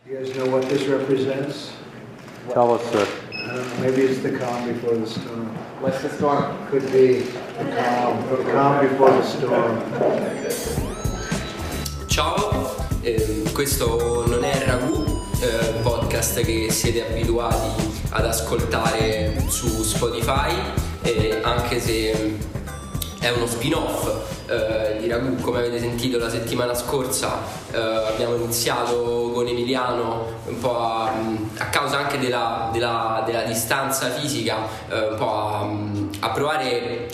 You guys know what this represents? Tell us, sir. I don't know, maybe it's the calm before the storm. What's the storm? Could be the calm before the storm. Ciao, questo non è Ragù, podcast che siete abituati ad ascoltare su Spotify, anche se è uno spin-off di Ragù. Come avete sentito la settimana scorsa abbiamo iniziato con Emiliano un po' a causa anche della distanza fisica, un po' a provare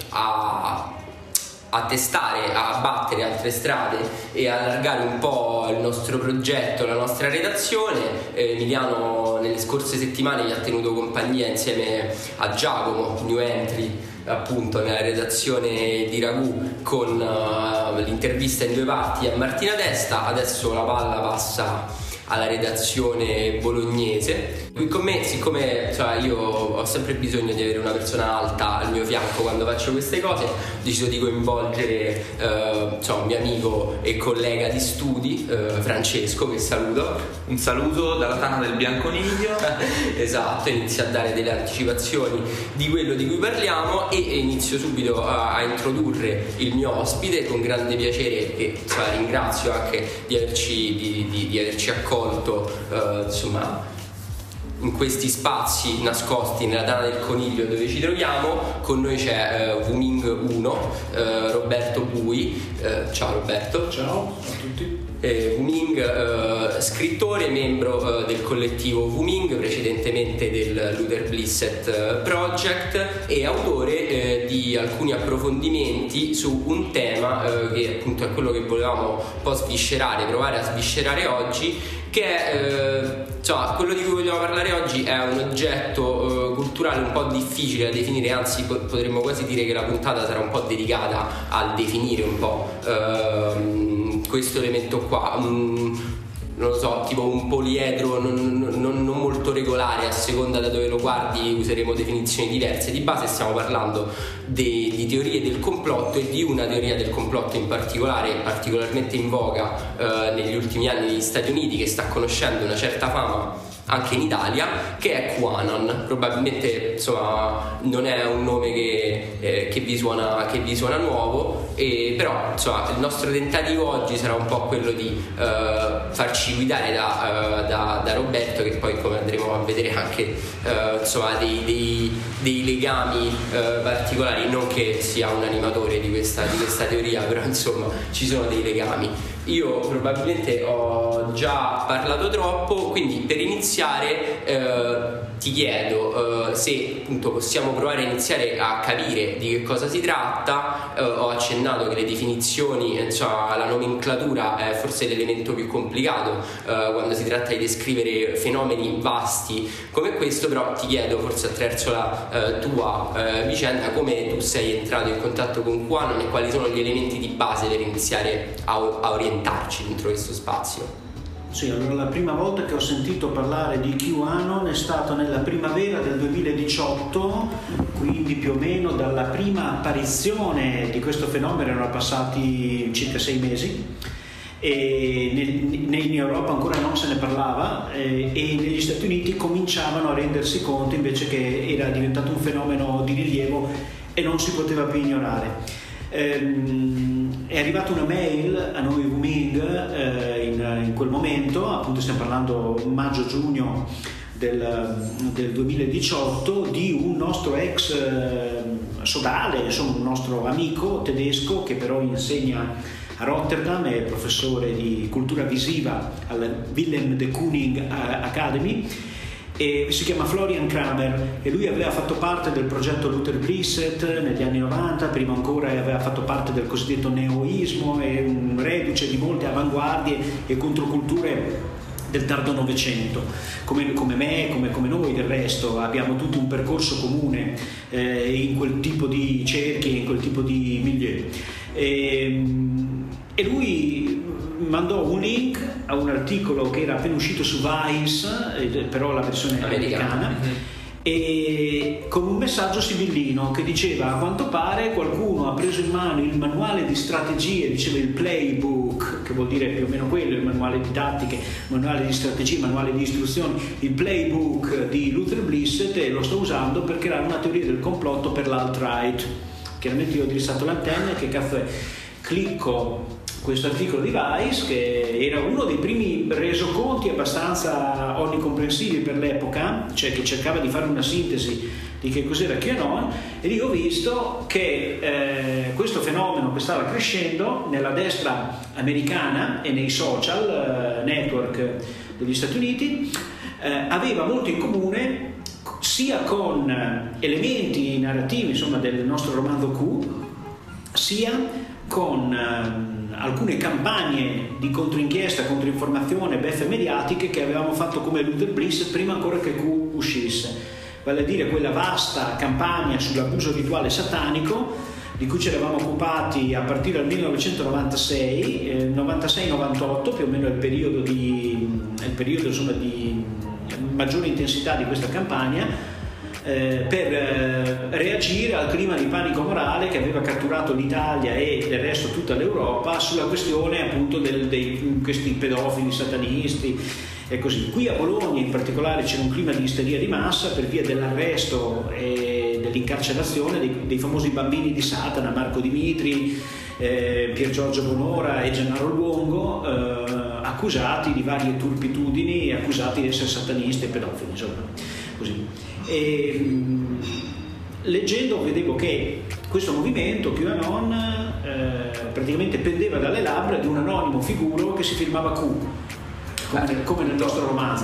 a testare, a battere altre strade e a allargare un po' il nostro progetto, la nostra redazione. Emiliano nelle scorse settimane mi ha tenuto compagnia insieme a Giacomo, new entry appunto nella redazione di Ragù, con l'intervista in due parti a Martina Testa. Adesso la palla passa alla redazione bolognese. Qui con me, siccome io ho sempre bisogno di avere una persona alta al mio fianco quando faccio queste cose, ho deciso di coinvolgere un mio amico e collega di studi, Francesco, che saluto. Un saluto dalla Tana del Bianconiglio. Esatto, inizio a dare delle anticipazioni di quello di cui parliamo e inizio subito a introdurre il mio ospite con grande piacere, e ringrazio anche di averci accolto in questi spazi nascosti nella Tana del Coniglio dove ci troviamo. Con noi c'è Wuming 1, Roberto Bui. Ciao Roberto. Ciao a tutti. Wuming, scrittore, membro del collettivo Wuming, precedentemente del Luther Blissett Project, e autore di alcuni approfondimenti su un tema che appunto è quello che volevamo un po' provare a sviscerare oggi, che è quello di cui vogliamo parlare oggi. È un oggetto culturale un po' difficile da definire, anzi potremmo quasi dire che la puntata sarà un po' dedicata al definire un po' questo elemento qua, non lo so, tipo un poliedro non molto regolare. A seconda da dove lo guardi useremo definizioni diverse. Di base stiamo parlando di teorie del complotto, e di una teoria del complotto in particolare, particolarmente in voga negli ultimi anni negli Stati Uniti, che sta conoscendo una certa fama anche in Italia, che è QAnon. Probabilmente non è un nome che vi suona nuovo, però il nostro tentativo oggi sarà un po' quello di farci guidare da Roberto, che poi, come andremo a vedere, anche dei legami particolari. Non che sia un animatore di questa teoria, però ci sono dei legami. Io probabilmente ho già parlato troppo, quindi per iniziare ti chiedo se appunto possiamo provare a iniziare a capire di che cosa si tratta. Ho accennato che le definizioni, la nomenclatura è forse l'elemento più complicato quando si tratta di descrivere fenomeni vasti come questo, però ti chiedo, forse attraverso la tua vicenda, come tu sei entrato in contatto con QAnon e quali sono gli elementi di base per iniziare a orientarci dentro questo spazio. Sì, allora la prima volta che ho sentito parlare di QAnon è stato nella primavera del 2018, quindi più o meno dalla prima apparizione di questo fenomeno erano passati circa 6 mesi, e in Europa ancora non se ne parlava, e negli Stati Uniti cominciavano a rendersi conto invece che era diventato un fenomeno di rilievo e non si poteva più ignorare. È arrivata una mail a noi Wuming in quel momento, appunto stiamo parlando maggio-giugno del 2018, di un nostro ex sodale, insomma un nostro amico tedesco che però insegna a Rotterdam, è professore di cultura visiva alla Willem de Kooning Academy, e si chiama Florian Kramer, e lui aveva fatto parte del progetto Luther Blissett negli anni 90, prima ancora aveva fatto parte del cosiddetto neoismo, e un reduce di molte avanguardie e controculture del tardo Novecento. Come me, come noi del resto, abbiamo tutto un percorso comune in quel tipo di cerchi, in quel tipo di milieu. E lui mandò un link a un articolo che era appena uscito su Vice, però la versione americana, e con un messaggio sibillino che diceva: a quanto pare qualcuno ha preso in mano il manuale di strategie, diceva il playbook, che vuol dire più o meno quello, il manuale di tattiche, manuale di strategie, manuale di istruzioni, il playbook di Luther Blissett, e lo sto usando per creare una teoria del complotto per l'alt-right. Chiaramente io ho drissato l'antenna, che cazzo è? Clicco questo articolo di Vice, che era uno dei primi resoconti abbastanza onnicomprensivi per l'epoca, cioè che cercava di fare una sintesi di che cos'era QAnon, e lì ho visto che questo fenomeno che stava crescendo nella destra americana e nei social network degli Stati Uniti aveva molto in comune sia con elementi narrativi, insomma, del nostro romanzo Q, sia con alcune campagne di controinchiesta, controinformazione, beffe mediatiche che avevamo fatto come Luther Blissett prima ancora che Q uscisse, vale a dire quella vasta campagna sull'abuso rituale satanico di cui ci eravamo occupati a partire dal 1996, 96-98 più o meno è il periodo insomma, di maggiore intensità di questa campagna, per reagire al clima di panico morale che aveva catturato l'Italia e del resto tutta l'Europa sulla questione appunto di questi pedofili satanisti e così. Qui a Bologna in particolare c'era un clima di isteria di massa per via dell'arresto e dell'incarcerazione dei famosi bambini di Satana, Marco Dimitri, Pier Giorgio Bonora e Gennaro Luongo, accusati di varie turpitudini, accusati di essere satanisti e pedofili, insomma, così. E, leggendo vedevo che questo movimento QAnon praticamente pendeva dalle labbra di un anonimo figuro che si firmava Q, come nel nostro romanzo,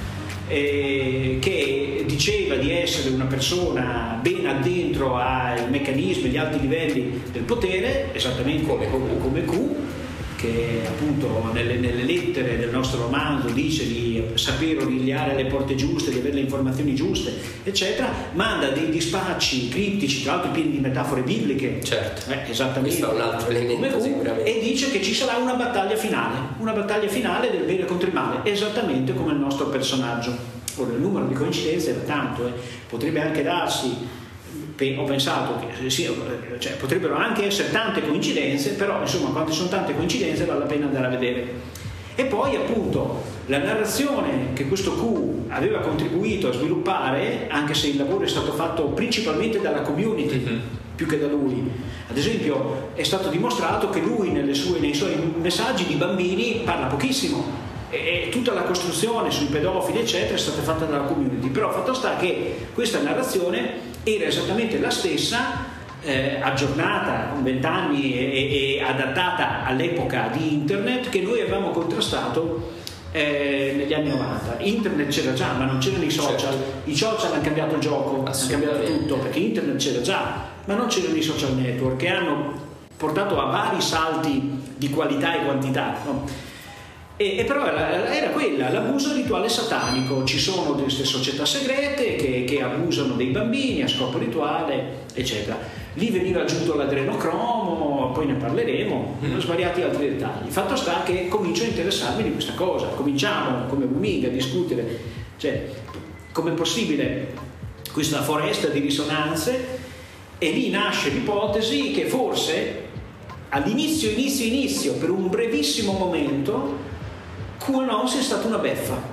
che diceva di essere una persona ben addentro ai meccanismi, agli alti livelli del potere, esattamente come Q, che appunto nelle lettere del nostro romanzo dice di saper origliare le porte giuste, di avere le informazioni giuste, eccetera, manda dei dispacci criptici, tra l'altro pieni di metafore bibliche, certo, esattamente, questo è un altro elemento sicuramente, e dice che ci sarà una battaglia finale del bene contro il male, esattamente come il nostro personaggio. Ora, il numero di coincidenze era tanto, potrebbe anche darsi, ho pensato che sì, cioè, potrebbero anche essere tante coincidenze, però insomma quando sono tante coincidenze vale la pena andare a vedere. E poi appunto la narrazione che questo Q aveva contribuito a sviluppare, anche se il lavoro è stato fatto principalmente dalla community più che da lui. Ad esempio è stato dimostrato che lui nei suoi messaggi di bambini parla pochissimo, e tutta la costruzione sui pedofili eccetera è stata fatta dalla community, però fatto sta che questa narrazione era esattamente la stessa, aggiornata con 20 anni e adattata all'epoca di internet, che noi avevamo contrastato negli anni 90. Internet c'era già, ma non c'erano i social. Certo. I social hanno cambiato il gioco, hanno cambiato tutto, perché internet c'era già, ma non c'erano i social network, che hanno portato a vari salti di qualità e quantità, no? E però era quella, l'abuso rituale satanico. Ci sono queste società segrete che abusano dei bambini a scopo rituale, eccetera. Lì veniva aggiunto l'adrenocromo, poi ne parleremo, svariati altri dettagli. Fatto sta che comincio a interessarmi di questa cosa, cominciamo come Wuming a discutere, cioè com'è possibile questa foresta di risonanze, e lì nasce l'ipotesi che forse all'inizio, per un brevissimo momento, QAnon sia stata una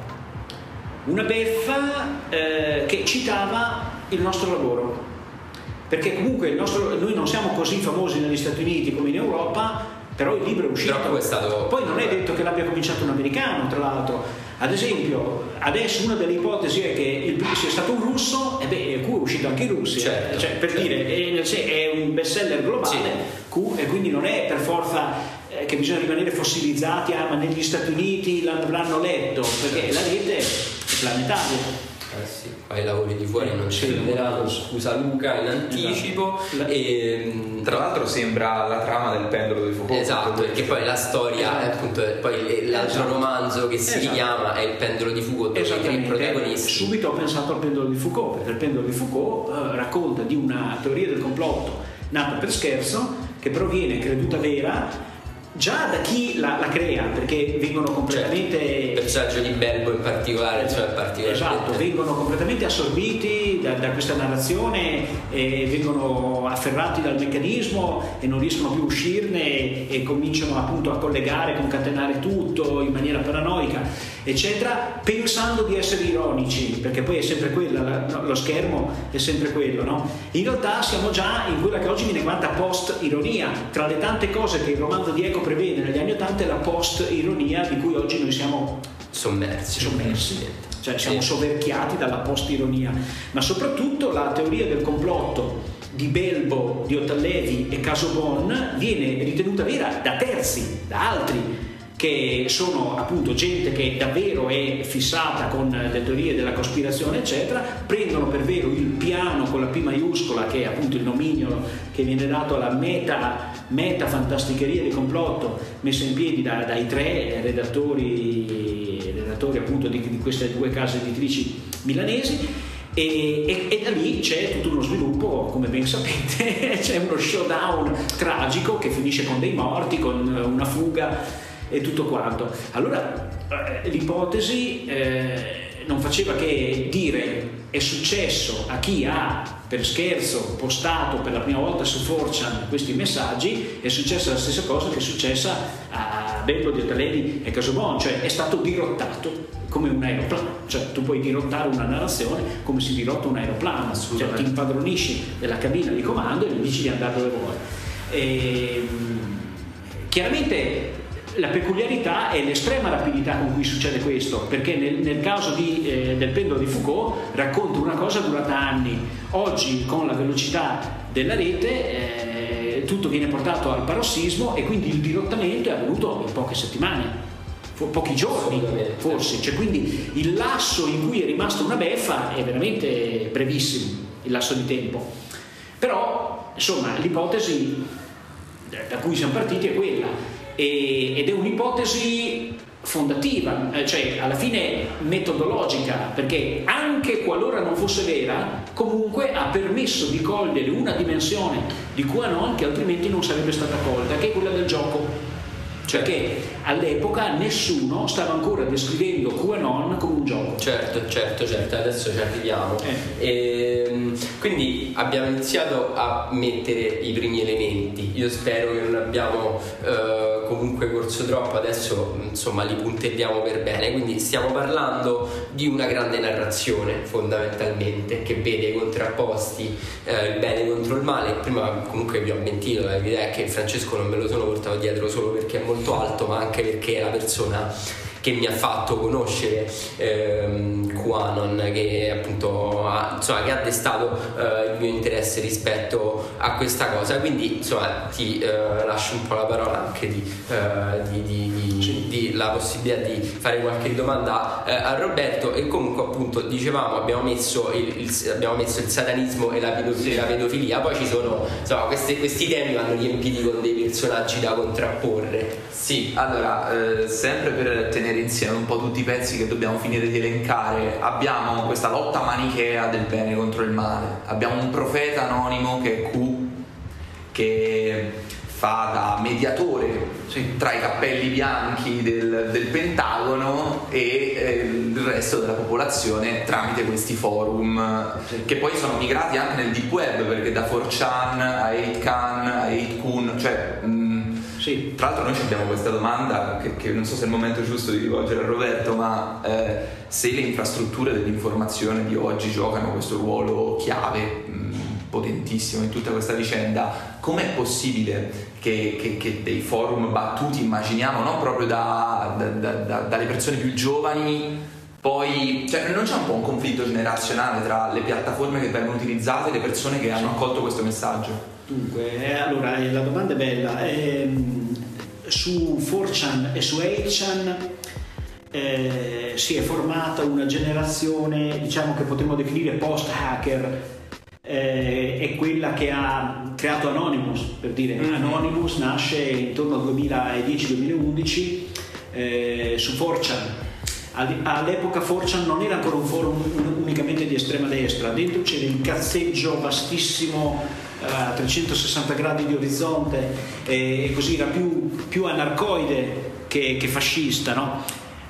beffa che citava il nostro lavoro, perché comunque noi non siamo così famosi negli Stati Uniti come in Europa, però il libro è uscito. Poi non è detto che l'abbia cominciato un americano, tra l'altro. Ad esempio, adesso una delle ipotesi è che sia stato un russo, e Q è uscito anche in Russia, certo, cioè, per dire, è un bestseller globale, sì. Q, e quindi non è per forza che bisogna rimanere fossilizzati, ma negli Stati Uniti l'avranno letto, perché la rete è planetaria. Sì, ai lavori di fuori non ci prenderanno, scusa Luca in anticipo. E tra l'altro sembra la trama del pendolo di Foucault. Esatto, perché poi la storia appunto poi l'altro romanzo che si richiama è il pendolo di Foucault, dove i tre protagonisti. Subito ho pensato al pendolo di Foucault, perché il pendolo di Foucault racconta di una teoria del complotto nata per scherzo, che proviene, creduta vera, già da chi la crea, perché vengono completamente... Il personaggio di Belbo in particolare, esatto, vengono completamente assorbiti da questa narrazione e vengono afferrati dal meccanismo e non riescono più a uscirne e cominciano appunto a collegare, concatenare tutto in maniera paranoica, eccetera, pensando di essere ironici, perché poi è sempre quella, lo schermo è sempre quello, no? In realtà siamo già in quella che oggi viene chiamata post-ironia. Tra le tante cose che il romanzo di Eco prevede negli anni '80 è la post-ironia di cui oggi noi siamo sommersi. Cioè siamo soverchiati dalla post-ironia, ma soprattutto la teoria del complotto di Belbo, di Otallevi e Casaubon viene ritenuta vera da terzi, da altri, che sono appunto gente che davvero è fissata con le teorie della cospirazione, eccetera, prendono per vero il piano con la P maiuscola, che è appunto il nomignolo che viene dato alla meta fantasticheria di complotto messa in piedi dai tre redattori appunto di queste due case editrici milanesi, e da lì c'è tutto uno sviluppo, come ben sapete. C'è uno showdown tragico che finisce con dei morti, con una fuga e tutto quanto. Allora l'ipotesi non faceva che dire: è successo a chi ha per scherzo postato per la prima volta su 4chan questi messaggi, è successa la stessa cosa che è successa a Belbo, di Otallevi e Casaubon, cioè è stato dirottato come un aeroplano. Cioè tu puoi dirottare una narrazione come si dirotta un aeroplano, cioè ti impadronisci della cabina di comando e gli dici di andare dove vuoi. Chiaramente la peculiarità è l'estrema rapidità con cui succede questo, perché nel caso del pendolo di Foucault racconta una cosa durata anni. Oggi con la velocità della rete tutto viene portato al parossismo e quindi il dirottamento è avvenuto in poche settimane, pochi giorni forse, cioè quindi il lasso in cui è rimasta una beffa è veramente brevissimo, il lasso di tempo. Però insomma l'ipotesi da cui siamo partiti è quella, ed è un'ipotesi fondativa, cioè alla fine metodologica, perché anche qualora non fosse vera, comunque ha permesso di cogliere una dimensione di QAnon che altrimenti non sarebbe stata colta, che è quella del gioco. Cioè che all'epoca nessuno stava ancora descrivendo QAnon come un gioco. Certo, adesso ci arriviamo. Quindi abbiamo iniziato a mettere i primi elementi. Io spero che non abbiamo comunque corso troppo, adesso insomma li puntelliamo per bene. Quindi stiamo parlando di una grande narrazione fondamentalmente, che vede contrapposti il bene contro il male. Prima comunque vi ho mentito, l'idea è che Francesco non me lo sono portato dietro solo perché è molto alto, ma anche perché è la persona che mi ha fatto conoscere QAnon, che appunto che ha destato il mio interesse rispetto a questa cosa. Quindi insomma ti lascio un po' la parola anche di la possibilità di fare qualche domanda a Roberto. E comunque appunto dicevamo abbiamo messo il satanismo e la pedofilia, poi ci sono insomma questi temi vanno riempiti con dei personaggi da contrapporre. Sì, allora sempre per tenere insieme un po' tutti i pezzi che dobbiamo finire di elencare, abbiamo questa lotta manichea del bene contro il male, abbiamo un profeta anonimo che è Q, che fa da mediatore tra i cappelli bianchi del Pentagono e il resto della popolazione tramite questi forum che poi sono migrati anche nel deep web, perché da 4chan a 8chan a 8kun, cioè sì. Tra l'altro noi abbiamo questa domanda che non so se è il momento giusto di rivolgere a Roberto, ma se le infrastrutture dell'informazione di oggi giocano questo ruolo chiave potentissimo in tutta questa vicenda, com'è possibile che dei forum battuti, immaginiamo, non proprio dalle persone più giovani, poi cioè non c'è un po' un conflitto generazionale tra le piattaforme che vengono utilizzate e le persone che hanno accolto questo messaggio? Dunque, allora la domanda è bella. Su 4chan e su 8chan si è formata una generazione, diciamo, che potremmo definire post-hacker. È quella che ha creato Anonymous, per dire. Anonymous nasce intorno al 2010-2011 su 4chan. All'epoca 4chan non era ancora un forum unicamente di estrema destra, dentro c'era il cazzeggio vastissimo a 360 gradi di orizzonte, e così era più anarcoide che fascista, no?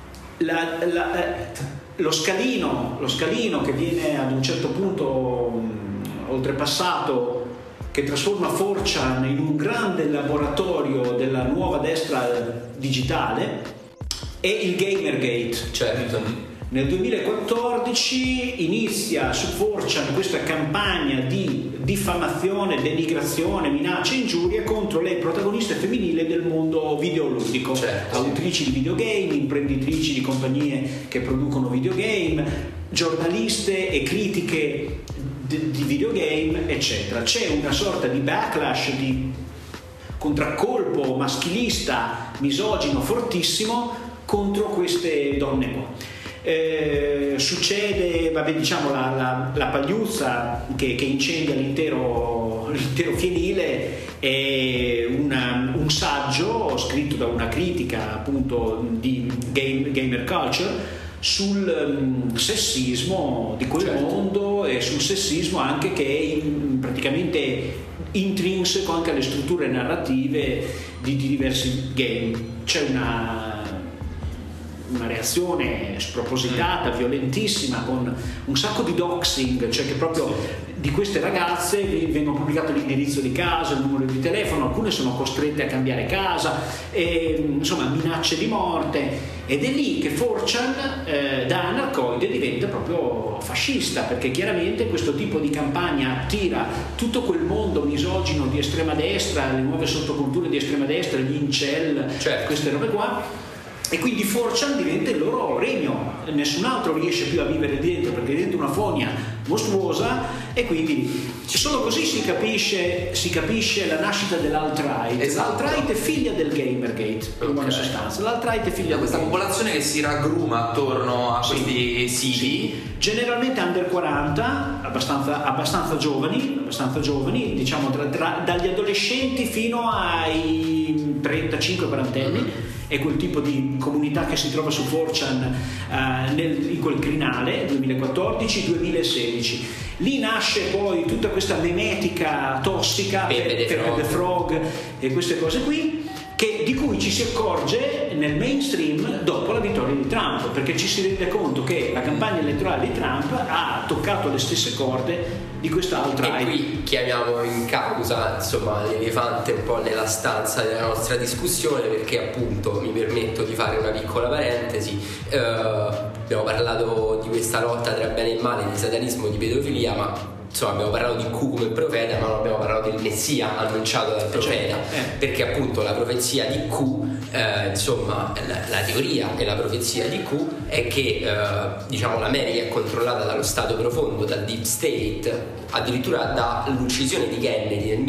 Lo scalino che viene ad un certo punto oltrepassato, che trasforma 4chan in un grande laboratorio della nuova destra digitale, è il Gamergate. Certo. Nel 2014 inizia su 4chan questa campagna di diffamazione, denigrazione, minacce e ingiurie contro le protagoniste femminili del mondo videoludico, certo, autrici di videogame, imprenditrici di compagnie che producono videogame, giornaliste e critiche di videogame, eccetera. C'è una sorta di backlash, di contraccolpo maschilista, misogino fortissimo contro queste donne qua. Succede, diciamo, la pagliuzza che incendia l'intero fienile, è un saggio scritto da una critica appunto di gamer culture sul sessismo di quel mondo, e sul sessismo anche che è praticamente intrinseco anche alle strutture narrative di diversi game. C'è una reazione spropositata, violentissima, con un sacco di doxing, cioè che proprio di queste ragazze vengono pubblicato l'indirizzo di casa, il numero di telefono, alcune sono costrette a cambiare casa, e, insomma, minacce di morte. Ed è lì che 4chan da anarcoide diventa proprio fascista, perché chiaramente questo tipo di campagna attira tutto quel mondo misogino di estrema destra, le nuove sottoculture di estrema destra, gli incel, certo, queste robe qua. E quindi 4chan diventa il loro regno, nessun altro riesce più a vivere dentro, perché diventa una fogna mostruosa, e quindi solo così si capisce la nascita dell'alt-right. Esatto. L'alt-right è figlia del Gamergate, in buona sostanza. L'alt-right è figlia di questa popolazione che si raggruma attorno a questi siti, generalmente under 40, abbastanza giovani, diciamo dagli adolescenti fino ai 35-40 anni. È quel tipo di comunità che si trova su 4chan in quel crinale 2014-2016. Lì nasce poi tutta questa memetica tossica, Pepe the Frog e queste cose qui, di cui ci si accorge nel mainstream dopo la vittoria di Trump, perché ci si rende conto che la campagna elettorale di Trump ha toccato le stesse corde di questa alt-right. E qui chiamiamo in causa, insomma, l'elefante un po' nella stanza della nostra discussione, perché appunto mi permetto di fare una piccola parentesi. Abbiamo parlato di questa lotta tra bene e male, di satanismo, di pedofilia, ma insomma abbiamo parlato di Q come profeta, ma non abbiamo parlato del Messia annunciato dal profeta, perché appunto la profezia di Q, insomma la teoria e la profezia di Q è che diciamo l'America è controllata dallo Stato profondo, dal Deep State, addirittura dall'uccisione di Kennedy nel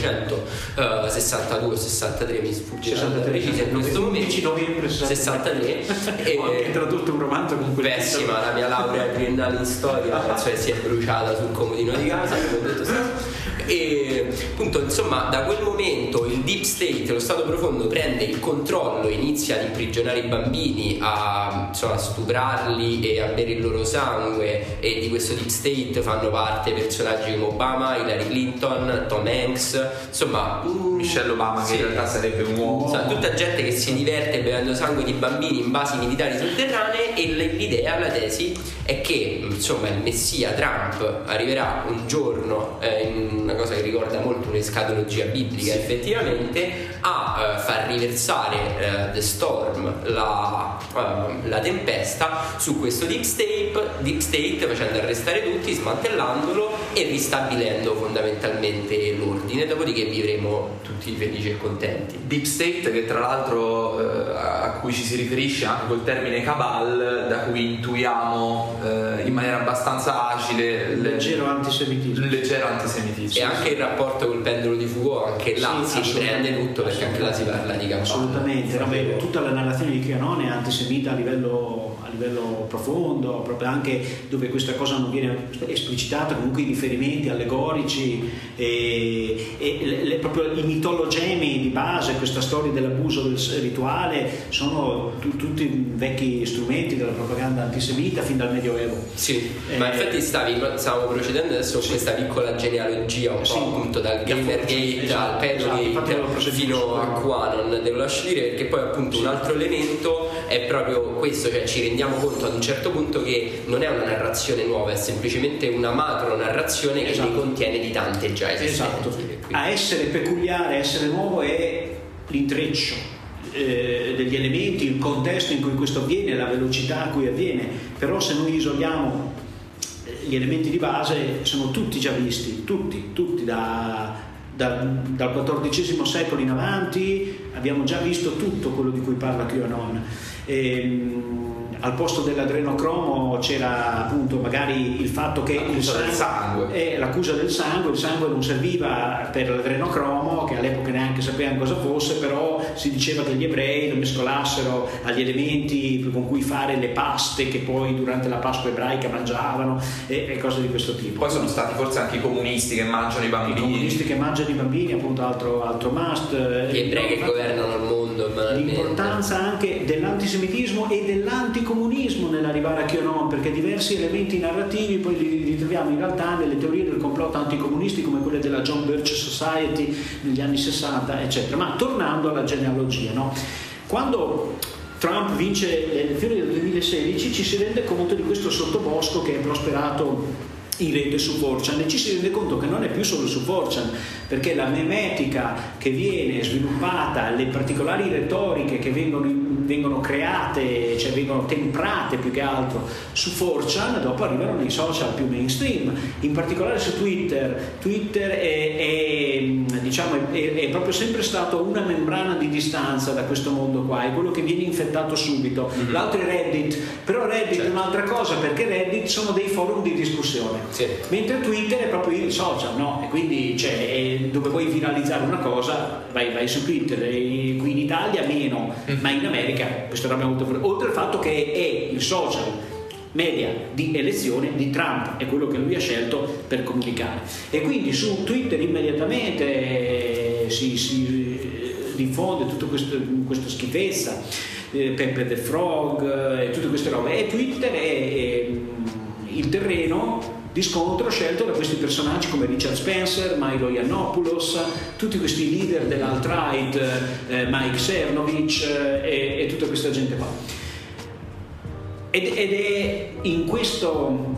1962-63, mi sfugge la precisa in questo momento, 11 novembre 63. Ho anche tradotto un romanzo con quel pessima, la mia laurea triennale in storia cioè si è bruciata sul comodino di casa, come ho detto stesso. E appunto, insomma, da quel momento il Deep State, lo Stato profondo, prende il controllo, inizia ad imprigionare i bambini, a stuprarli e a bere il loro sangue, e di questo Deep State fanno parte personaggi come Obama, Hillary Clinton, Tom Hanks, insomma Michelle Obama, che in realtà sarebbe un uomo, insomma, tutta gente che si diverte bevendo sangue di bambini in basi militari sotterranee. E l'idea, la tesi è che insomma il Messia Trump arriverà un giorno, in una cosa che ricorda molto un'escatologia biblica, effettivamente, a far riversare the storm, la tempesta su questo Deep State, facendo arrestare tutti, smantellandolo e ristabilendo fondamentalmente l'ordine, dopodiché vivremo tutti felici e contenti. Deep State, che tra l'altro a cui ci si riferisce anche col termine Cabal, da cui intuiamo in maniera abbastanza acile leggero antisemitismo. E anche il rapporto col pendolo di Foucault, anche là si riprende tutto, perché anche là si parla di campagna. Assolutamente, tutta la narrazione di QAnon è antisemita a livello livello profondo, proprio anche dove questa cosa non viene esplicitata, comunque i riferimenti allegorici proprio i mitologemi di base, questa storia dell'abuso del rituale sono tutti vecchi strumenti della propaganda antisemita fin dal Medioevo. Sì, ma infatti stavo procedendo adesso con questa piccola genealogia un po' appunto dal Gamergate al Pedogate fino a QAnon. Te lo lascio dire perché poi appunto un altro elemento è proprio questo, cioè ci rendiamo conto ad un certo punto che non è una narrazione nuova, è semplicemente una macro narrazione che ne contiene di tante già esistenti. A essere peculiare, a essere nuovo è l'intreccio degli elementi, il contesto in cui questo avviene, la velocità a cui avviene. Però se noi isoliamo gli elementi di base sono tutti già visti, tutti dal XIV secolo in avanti abbiamo già visto tutto quello di cui parla QAnon. Al posto dell'adrenocromo c'era appunto magari il fatto che l'accusa del sangue, il sangue non serviva per l'adrenocromo, che all'epoca neanche sapevano cosa fosse, però si diceva che gli ebrei lo mescolassero agli elementi con cui fare le paste che poi durante la Pasqua ebraica mangiavano e cose di questo tipo. Poi sono stati forse anche i comunisti che mangiano i bambini. I comunisti che mangiano i bambini, appunto altro must. Gli ebrei che governano il mondo. L'importanza anche dell'antisemitismo e dell'anticomunismo nell'arrivare a QAnon, perché diversi elementi narrativi poi li ritroviamo in realtà nelle teorie del complotto anticomunisti come quelle della John Birch Society negli anni 60 eccetera. Ma tornando alla genealogia, no? Quando Trump vince le elezioni del 2016 ci si rende conto di questo sottobosco che è prosperato in rete su 4chan, e ci si rende conto che non è più solo su 4chan, perché la memetica che viene sviluppata, le particolari retoriche che vengono create, cioè vengono temprate più che altro su 4chan, dopo arrivano nei social più mainstream, in particolare su Twitter. Twitter è proprio sempre stato una membrana di distanza da questo mondo qua, è quello che viene infettato subito. L'altro è Reddit, però Reddit è un'altra cosa, perché Reddit sono dei forum di discussione. Sì. Mentre Twitter è proprio il social, no? E quindi dove vuoi viralizzare una cosa vai su Twitter, e qui in Italia meno, ma in America questa roba è molto forte. Oltre al fatto che è il social media di elezione di Trump, è quello che lui ha scelto per comunicare, e quindi su Twitter immediatamente si diffonde tutta questa schifezza, Pepe the Frog e tutte queste robe, e Twitter è il terreno di scontro scelto da questi personaggi come Richard Spencer, Milo Yiannopoulos, tutti questi leader dell'alt-right, Mike Cernovich e tutta questa gente qua. Ed è in questo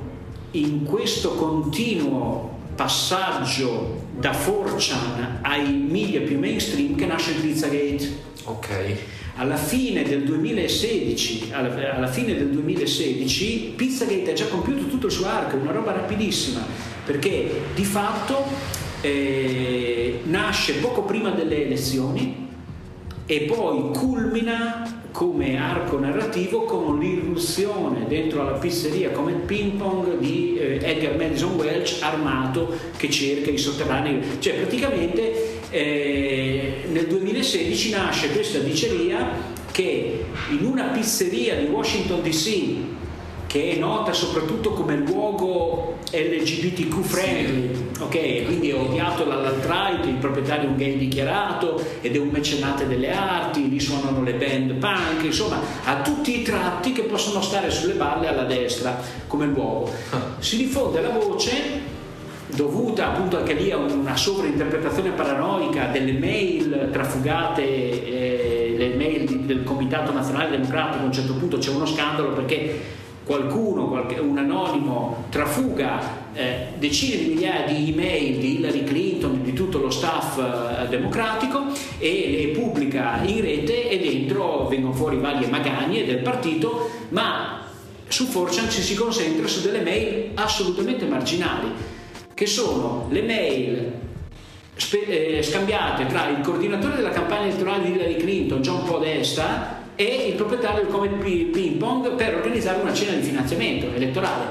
continuo passaggio da 4chan ai media più mainstream che nasce il Pizzagate. Ok. Alla fine del 2016 Pizzagate ha già compiuto tutto il suo arco, una roba rapidissima, perché di fatto nasce poco prima delle elezioni e poi culmina come arco narrativo con l'irruzione dentro alla pizzeria come ping pong di Edgar Madison Welch armato che cerca i sotterranei, cioè praticamente nel 2016 nasce questa diceria che in una pizzeria di Washington DC, che è nota soprattutto come luogo LGBTQ friendly, ok, quindi è odiato dall'alt-right, il proprietario è un gay dichiarato ed è un mecenate delle arti, lì suonano le band punk, insomma ha tutti i tratti che possono stare sulle balle alla destra come luogo. Si diffonde la voce, dovuta appunto anche lì a una sovrainterpretazione paranoica delle mail trafugate, le mail del Comitato Nazionale Democratico. A un certo punto c'è uno scandalo perché un anonimo trafuga decine di migliaia di email di Hillary Clinton, di tutto lo staff democratico, e le pubblica in rete, e dentro vengono fuori varie magagne del partito, ma su 4chan ci si concentra su delle mail assolutamente marginali, che sono le mail scambiate tra il coordinatore della campagna elettorale di Hillary Clinton, John Podesta, e il proprietario del Comet Ping Pong per organizzare una cena di finanziamento elettorale.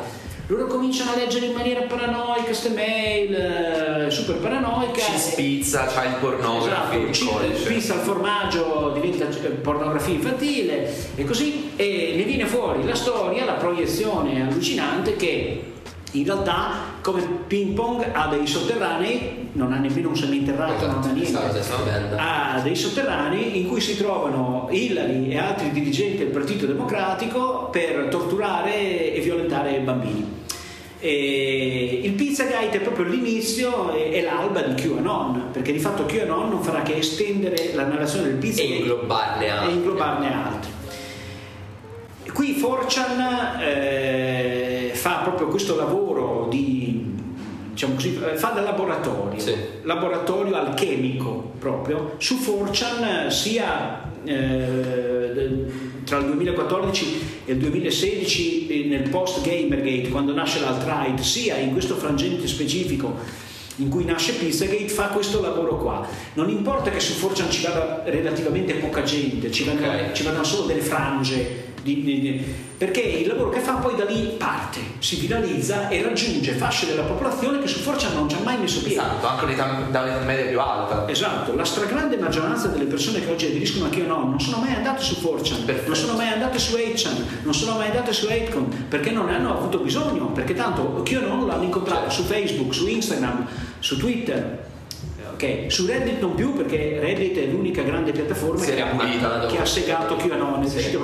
loro cominciano a leggere in maniera paranoica queste mail, super paranoica. Cheese pizza, c'ha il pornografia, esatto, pizza al formaggio diventa pornografia infantile e così, e ne viene fuori la storia, la proiezione allucinante che in realtà come ping pong ha dei sotterranei, non ha nemmeno un seminterrato, non ha niente, ha dei sotterranei in cui si trovano Hillary e altri dirigenti del Partito Democratico per torturare e violentare bambini. E il Pizzagate è proprio l'inizio e l'alba di QAnon, perché di fatto QAnon non farà che estendere la narrazione del Pizzagate e inglobarne altri. Qui 4chan fa proprio questo lavoro di, diciamo così, fa da laboratorio, sì, laboratorio alchemico proprio su 4chan, sia tra il 2014 e il 2016 nel post Gamergate, quando nasce l'alt-right, sia in questo frangente specifico in cui nasce Pizzagate, fa questo lavoro qua. Non importa che su 4chan ci vada relativamente poca gente, ci vadano solo delle frange perché il lavoro che fa poi da lì parte, si viralizza e raggiunge fasce della popolazione che su 4chan non ci ha mai messo piede. Esatto, anche l'età media più alta. Esatto, la stragrande maggioranza delle persone che oggi aderiscono a QAnon non sono mai andate su 4chan, non sono mai andate su 8chan, non sono mai andate su 8con, perché non ne hanno avuto bisogno, perché tanto QAnon l'hanno incontrato su Facebook, su Instagram, su Twitter. Okay. Su Reddit non più, perché Reddit è l'unica grande piattaforma che ha segato QAnon.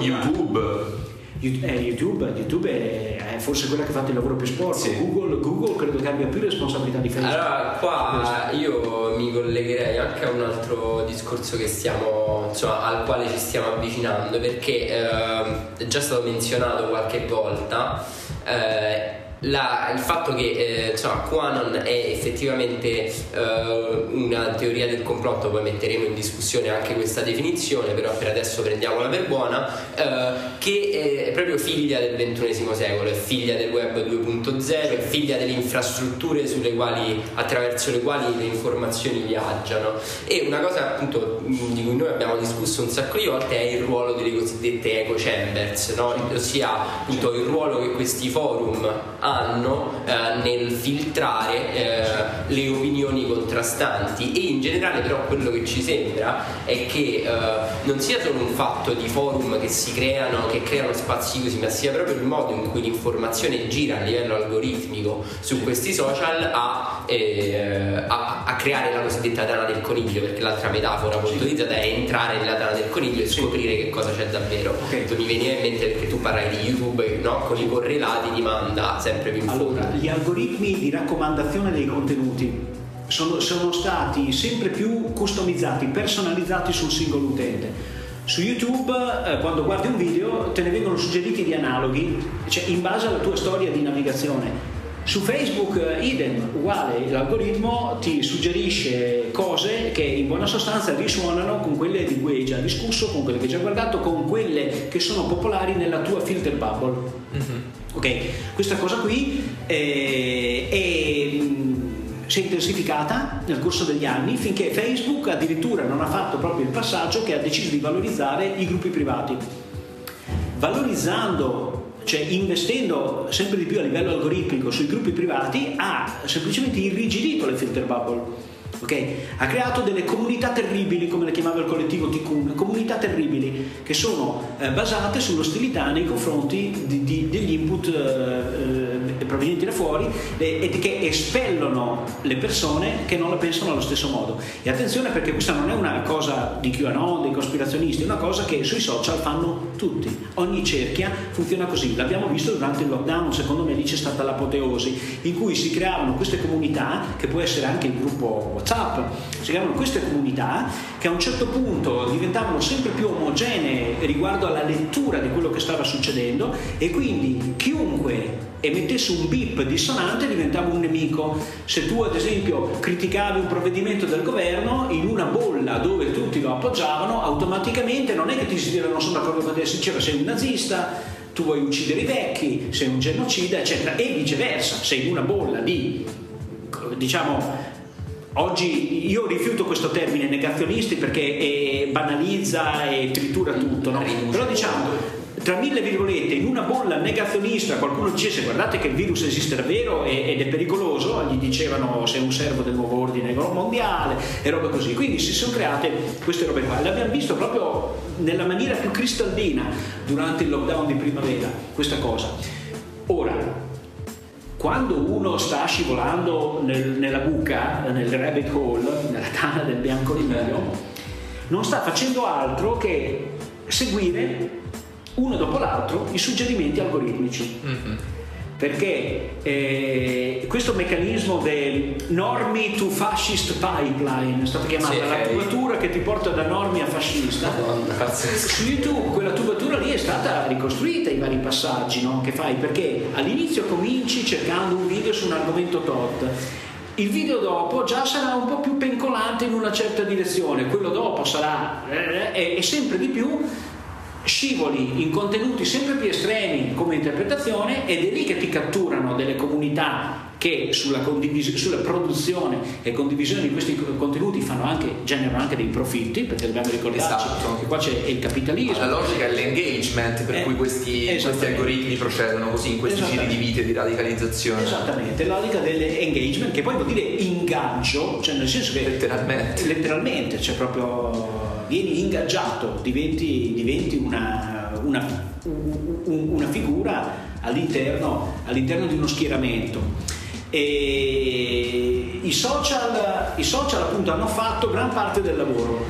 YouTube è forse quella che ha fatto il lavoro più sporco. Sì. Google credo che abbia più responsabilità di Facebook. Allora qua io mi collegherei anche a un altro discorso che stiamo, insomma, al quale ci stiamo avvicinando, perché è già stato menzionato qualche volta il fatto che QAnon è effettivamente una teoria del complotto. Poi metteremo in discussione anche questa definizione, però per adesso prendiamola per buona, che è proprio figlia del XXI secolo, è figlia del web 2.0, è figlia delle infrastrutture attraverso le quali le informazioni viaggiano. E una cosa appunto di cui noi abbiamo discusso un sacco di volte è il ruolo delle cosiddette echo chambers, no? Ossia appunto il ruolo che questi forum hanno nel filtrare le opinioni contrastanti. E in generale però quello che ci sembra è che non sia solo un fatto di forum che creano spazi così, ma sia proprio il modo in cui l'informazione gira a livello algoritmico su questi social a creare la cosiddetta tana del coniglio, perché l'altra metafora molto utilizzata è entrare nella tana del coniglio e scoprire che cosa c'è davvero. Mi veniva in mente perché tu parlai di YouTube, no? Con i correlati ti manda sempre più in fondo. Allora, gli algoritmi di raccomandazione dei contenuti sono stati sempre più customizzati, personalizzati sul singolo utente. Su YouTube, quando guardi un video, te ne vengono suggeriti di analoghi, cioè in base alla tua storia di navigazione. Su Facebook idem, uguale, l'algoritmo ti suggerisce cose che in buona sostanza risuonano con quelle di cui hai già discusso, con quelle che hai già guardato, con quelle che sono popolari nella tua filter bubble. Mm-hmm. Ok, questa cosa qui si è intensificata nel corso degli anni, finché Facebook addirittura non ha fatto proprio il passaggio che ha deciso di valorizzare i gruppi privati. Valorizzando, cioè investendo sempre di più a livello algoritmico sui gruppi privati, ha semplicemente irrigidito le filter bubble. Okay? Ha creato delle comunità terribili, come le chiamava il collettivo Tikkun, comunità terribili che sono basate sull'ostilità nei confronti degli input provenienti da fuori e che espellono le persone che non la pensano allo stesso modo. E attenzione, perché questa non è una cosa di QAnon, dei cospirazionisti, è una cosa che sui social fanno tutti. Ogni cerchia funziona così. L'abbiamo visto durante il lockdown, secondo me lì c'è stata l'apoteosi, in cui si creavano queste comunità, che può essere anche il gruppo WhatsApp, si creavano queste comunità che a un certo punto diventavano sempre più omogenee riguardo alla lettura di quello che stava succedendo, e quindi chiunque emettesse un beep dissonante diventava un nemico. Se tu ad esempio criticavi un provvedimento del governo in una bolla dove tutti lo appoggiavano, automaticamente non è che ti si dire non sono d'accordo con te, si diceva sei un nazista, tu vuoi uccidere i vecchi, sei un genocida, eccetera, e viceversa. Sei in una bolla di, diciamo, oggi io rifiuto questo termine negazionisti perché banalizza e tritura tutto, no? Però diciamo tra mille virgolette, in una bolla negazionista qualcuno dicesse guardate che il virus esiste davvero ed è pericoloso, gli dicevano sei un servo del nuovo ordine mondiale e robe così. Quindi si sono create queste robe qua, l'abbiamo visto proprio nella maniera più cristallina durante il lockdown di primavera questa cosa. Ora, quando uno sta scivolando nella buca, nel rabbit hole, nella tana del bianconiglio, non sta facendo altro che seguire uno dopo l'altro i suggerimenti algoritmici. Perché questo meccanismo del normie to fascist pipeline è stata chiamata la tubatura che ti porta da normie a fascista. Su YouTube quella tubatura lì è stata ricostruita, i vari passaggi, no? Che fai, perché all'inizio cominci cercando un video su un argomento tot, il video dopo già sarà un po' più pencolante in una certa direzione, quello dopo sarà e sempre di più scivoli in contenuti sempre più estremi come interpretazione, ed è lì che ti catturano delle comunità che sulla produzione e condivisione di questi contenuti generano anche dei profitti, perché dobbiamo ricordarci che qua c'è il capitalismo. La logica è l'engagement per cui questi algoritmi procedono così in questi giri di vita e di radicalizzazione. Esattamente, la logica dell'engagement, che poi vuol dire ingaggio, cioè nel senso che letteralmente, cioè proprio vieni ingaggiato, diventi una figura all'interno di uno schieramento. E i social appunto hanno fatto gran parte del lavoro.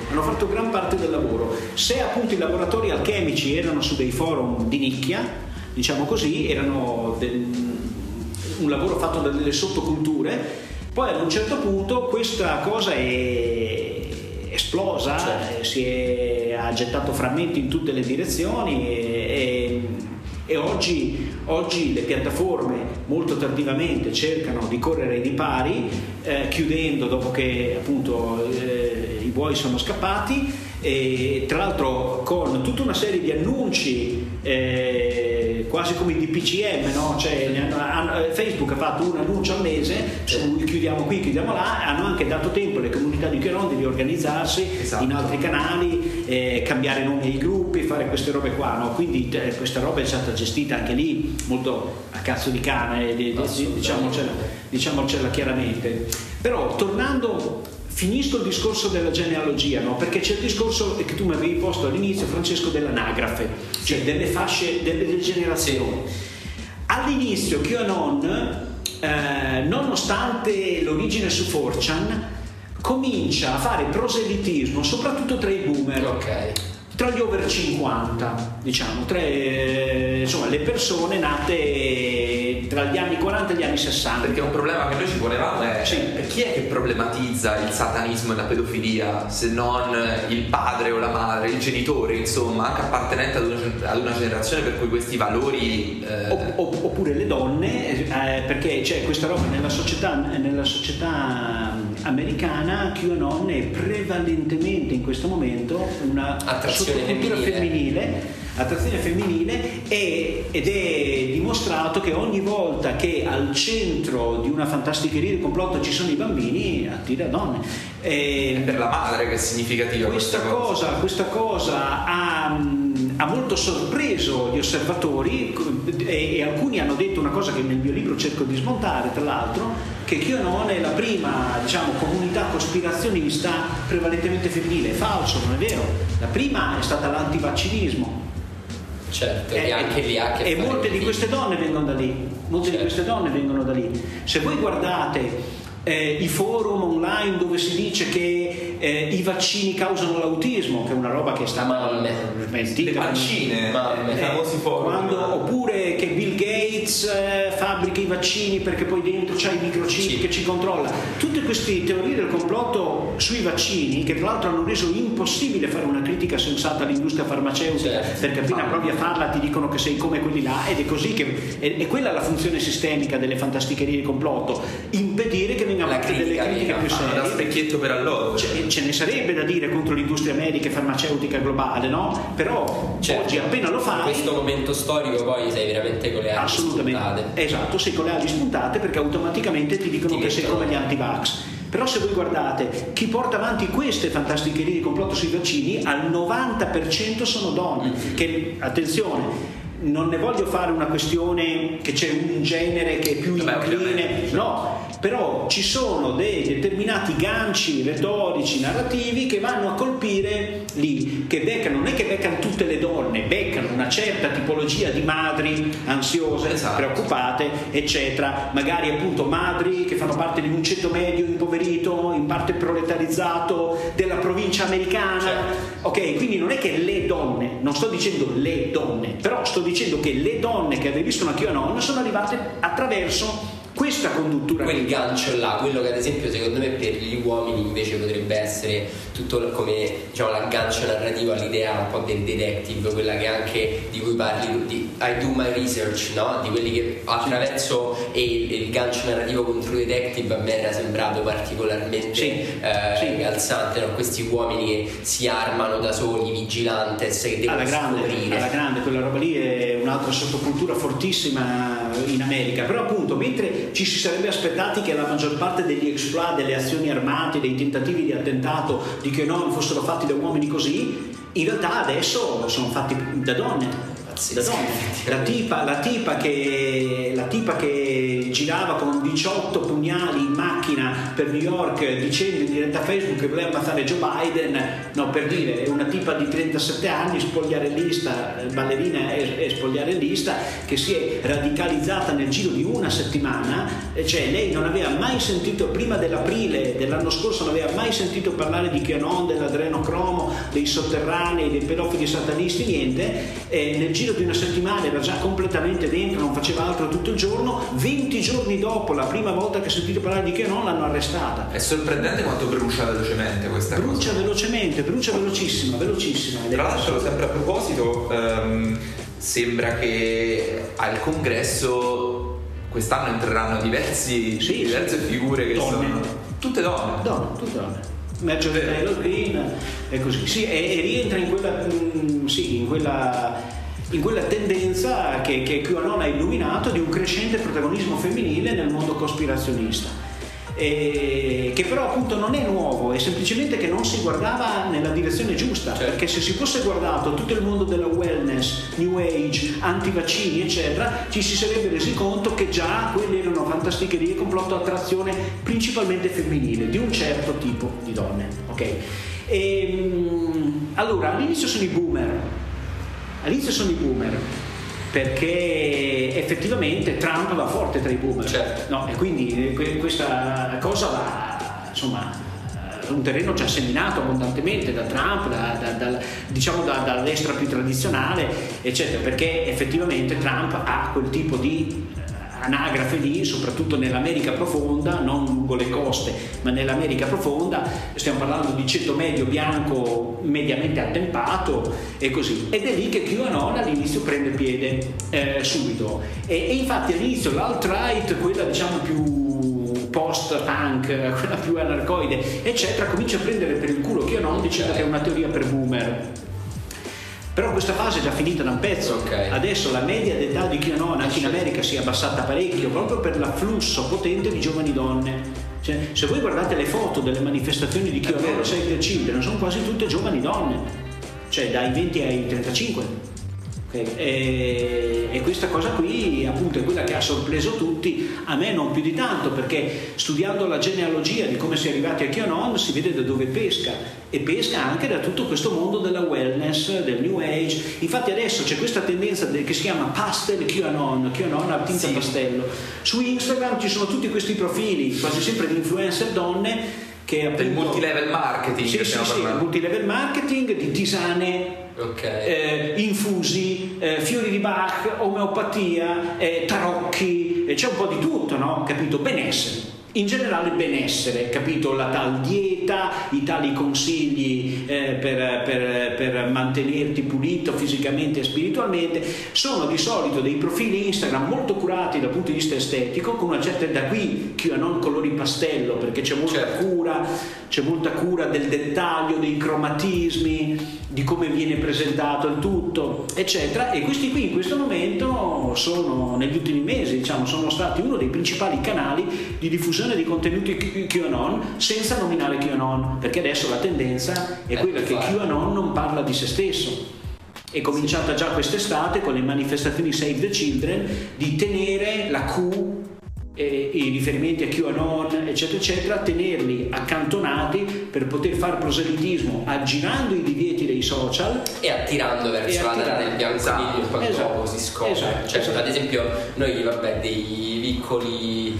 Se appunto i laboratori alchemici erano su dei forum di nicchia, diciamo così, erano un lavoro fatto da delle sottoculture, poi ad un certo punto questa cosa è esplosa, ha gettato frammenti in tutte le direzioni e oggi le piattaforme molto tardivamente cercano di correre di pari, chiudendo dopo che appunto i buoi sono scappati, e tra l'altro con tutta una serie di annunci quasi come i DPCM, no? Cioè, Facebook ha fatto un annuncio al mese su chiudiamo qui, chiudiamo là, hanno anche dato tempo alle comunità di QAnon di riorganizzarsi in altri canali, cambiare nomi ai gruppi, fare queste robe qua, no? Quindi questa roba è stata gestita anche lì molto a cazzo di cane, diciamocela chiaramente. Però tornando, finisco il discorso della genealogia, no? Perché c'è il discorso che tu mi avevi posto all'inizio, Francesco, dell'anagrafe, cioè delle fasce, delle generazioni. All'inizio QAnon, nonostante l'origine su 4chan, comincia a fare proselitismo soprattutto tra i boomer, tra gli over 50, diciamo, insomma le persone nate tra gli anni 40 e gli anni 60. Perché un problema che noi ci ponevamo è chi è che problematizza il satanismo e la pedofilia se non il padre o la madre, il genitore, insomma, anche appartenente ad una generazione per cui questi valori oppure le donne, perché c'è questa roba nella società americana. QAnon è prevalentemente in questo momento una sottocultura attrazione femminile, ed è dimostrato che ogni volta che al centro di una fantasticheria di complotto ci sono i bambini, attira donne. È per la madre che è significativa questa cosa ha molto sorpreso gli osservatori, e alcuni hanno detto una cosa che nel mio libro cerco di smontare, tra l'altro, che QAnon è la prima, diciamo, comunità cospirazionista prevalentemente femminile. È falso, non è vero. La prima è stata l'antivaccinismo. Certo, e anche lì ha che fare. E molte di queste donne vengono da lì. Di queste donne vengono da lì. Se voi guardate i forum online dove si dice che i vaccini causano l'autismo, che è una roba che è stata smentita, le vaccine, i famosi forum, oppure che Bill Gates fabbrica i vaccini perché poi dentro c'ha i microchip che ci controlla. Tutte queste teorie del complotto sui vaccini, che tra l'altro hanno reso impossibile fare una critica sensata all'industria farmaceutica, perché appena provi a farla ti dicono che sei come quelli là, ed è così che è quella la funzione sistemica delle fantasticherie di complotto, impedire che vengano fatte delle critiche più serie. Da specchietto per allora. Ce ne sarebbe da dire contro l'industria medica e farmaceutica globale, no? Però oggi appena lo fai, in questo momento storico poi sei veramente con le ali spuntate. Esatto, sei con le ali spuntate, perché automaticamente ti dicono che sei come gli anti-vax. Però se voi guardate chi porta avanti queste fantasticherie di complotto sui vaccini, al 90% sono donne, che, attenzione, non ne voglio fare una questione che c'è un genere che è più incline, no, però ci sono dei determinati ganci retorici, narrativi che vanno a colpire lì, che beccano, non è che beccano tutte le donne, beccano una certa tipologia di madri ansiose, preoccupate, eccetera, magari appunto madri che fanno parte di un ceto medio impoverito, in parte proletarizzato della provincia americana, ok? Quindi non è che le donne, non sto dicendo le donne, però sto dicendo che le donne che aderiscono a QAnon sono arrivate attraverso questa conduttura, quel gancio là, quello che ad esempio secondo me per gli uomini invece potrebbe essere tutto come, diciamo, l'aggancio narrativo all'idea un po' del detective, quella che anche di cui parli di I do my research, no? Di quelli che attraverso il gancio narrativo contro i detective a me era sembrato particolarmente calzante, no? Questi uomini che si armano da soli, vigilantes, che devono scoprire. Alla grande, quella roba lì è un'altra sottocultura fortissima in America, però appunto mentre ci si sarebbe aspettati che la maggior parte degli exploit, delle azioni armate, dei tentativi di attentato di QAnon fossero fatti da uomini così, in realtà adesso sono fatti da donne. Da donne. La tipa che girava con 18 pugnali in macchina per New York dicendo in diretta Facebook che voleva ammazzare Joe Biden, no, per dire, è una tipa di 37 anni, spogliarellista, ballerina e spogliarellista, che si è radicalizzata nel giro di una settimana, cioè lei non aveva mai sentito, prima dell'aprile dell'anno scorso non aveva mai sentito parlare di QAnon, dell'adrenocromo, dei sotterranei, dei pedofili satanisti, niente, nel giro di una settimana era già completamente dentro, non faceva altro tutto il giorno. 20 giorni dopo la prima volta che ha sentito parlare di QAnon l'hanno arrestata. È sorprendente quanto brucia velocemente questa cosa. Brucia velocissima. Tra l'altro, sempre a proposito, sembra che al congresso quest'anno entreranno diverse figure che sono tutte donne. Marjorie Green e così, e rientra in quella tendenza che QAnon ha illuminato di un crescente protagonismo femminile nel mondo cospirazionista, che però appunto non è nuovo, è semplicemente che non si guardava nella direzione giusta, perché se si fosse guardato tutto il mondo della wellness, new age, antivaccini eccetera, ci si sarebbe resi conto che già quelle erano fantasticherie complotto attrazione principalmente femminile di un certo tipo di donne, ok? Allora all'inizio sono i boomer perché effettivamente Trump va forte tra i boomer, no? E quindi questa cosa va, insomma, un terreno già seminato abbondantemente da Trump, dalla destra più tradizionale, eccetera, perché effettivamente Trump ha quel tipo di anagrafe lì, soprattutto nell'America profonda, non lungo le coste, ma nell'America profonda. Stiamo parlando di ceto medio bianco mediamente attempato e così, ed è lì che QAnon all'inizio prende piede subito, e infatti all'inizio l'alt-right, quella diciamo più post-punk, quella più anarcoide eccetera, comincia a prendere per il culo QAnon dicendo che è una teoria per boomer. Però questa fase è già finita da un pezzo. Adesso la media d'età di QAnon anche in America si è abbassata parecchio proprio per l'afflusso potente di giovani donne. Cioè, se voi guardate le foto delle manifestazioni di QAnon Save the Children, sono quasi tutte giovani donne, cioè dai 20 ai 35. E questa cosa qui appunto è quella che ha sorpreso tutti, a me non più di tanto, perché studiando la genealogia di come si è arrivati a QAnon si vede da dove pesca, e pesca anche da tutto questo mondo della wellness, del new age. Infatti adesso c'è questa tendenza che si chiama pastel QAnon a tinta pastello. Su Instagram ci sono tutti questi profili quasi sempre di influencer donne che appunto, del multilevel marketing, multilevel marketing di tisane, infusi, fiori di Bach, omeopatia, tarocchi, c'è un po' di tutto, no? Capito? Benessere. In generale benessere, capito? La tal dieta, i tali consigli per mantenerti pulito fisicamente e spiritualmente, sono di solito dei profili Instagram molto curati dal punto di vista estetico, con una certa, da qui QAnon colori pastello, perché c'è molta cura del dettaglio, dei cromatismi, di come viene presentato il tutto, eccetera. E questi qui in questo momento sono, negli ultimi mesi, diciamo, sono stati uno dei principali canali di diffusione di contenuti QAnon, senza nominare QAnon, perché adesso la tendenza è quella che QAnon non parla di se stesso. È cominciata già quest'estate con le manifestazioni Save the Children di tenere la Q, i riferimenti a QAnon, eccetera eccetera, tenerli accantonati per poter fare proselitismo, aggirando i divieti dei social e attirando verso la data del bianconiglio, e poi dopo si scopre. Cioè, ad esempio noi dei piccoli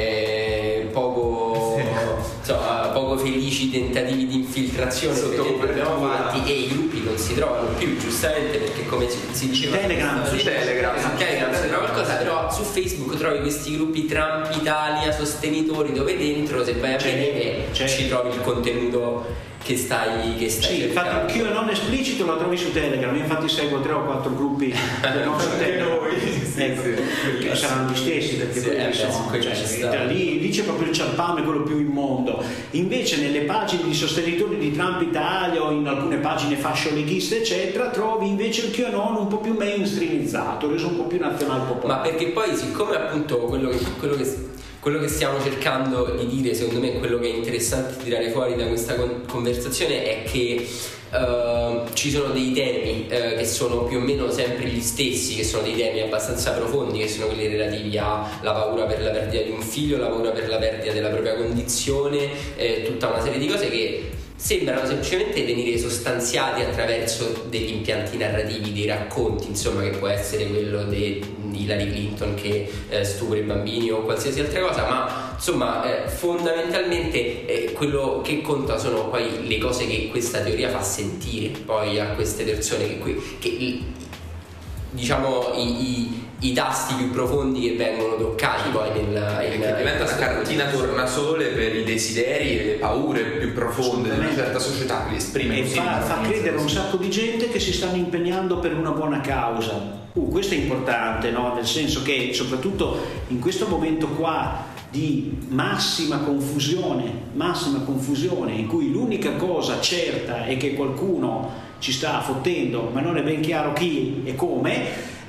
poco felici tentativi di infiltrazione che abbiamo fatti, e i gruppi non si trovano più, giustamente, perché come si diceva su Telegram si trova qualcosa, però su Facebook trovi questi gruppi Trump Italia sostenitori, dove dentro, se vai a vedere, ci trovi il contenuto che stai sì, infatti QAnon esplicito lo trovi su Telegram. Io infatti seguo 3 o 4 gruppi del nostro Telegram, che saranno gli stessi, perché lì c'è proprio il ciarpame, quello più immondo. Invece nelle pagine di sostenitori di Trump Italia o in alcune pagine fascio-leghiste eccetera, trovi invece il QAnon un po' più mainstreamizzato, reso un po' più nazional popolare. Ma perché poi, siccome appunto quello che stiamo cercando di dire, secondo me, quello che è interessante tirare fuori da questa conversazione è che ci sono dei temi che sono più o meno sempre gli stessi, che sono dei temi abbastanza profondi, che sono quelli relativi alla paura per la perdita di un figlio, la paura per la perdita della propria condizione, tutta una serie di cose che sembrano semplicemente venire sostanziati attraverso degli impianti narrativi, dei racconti, insomma, che può essere quello di Hillary Clinton che stupra i bambini o qualsiasi altra cosa, ma insomma fondamentalmente quello che conta sono poi le cose che questa teoria fa sentire poi a queste persone, che diciamo i tasti più profondi che vengono toccati poi che diventa una cartina tornasole per i desideri e le paure più profonde di una certa società che li esprime, e fa credere un sacco di gente che si stanno impegnando per una buona causa. Questo è importante, no? Nel senso che soprattutto in questo momento qua di massima confusione, in cui l'unica cosa certa è che qualcuno ci sta fottendo, ma non è ben chiaro chi e come,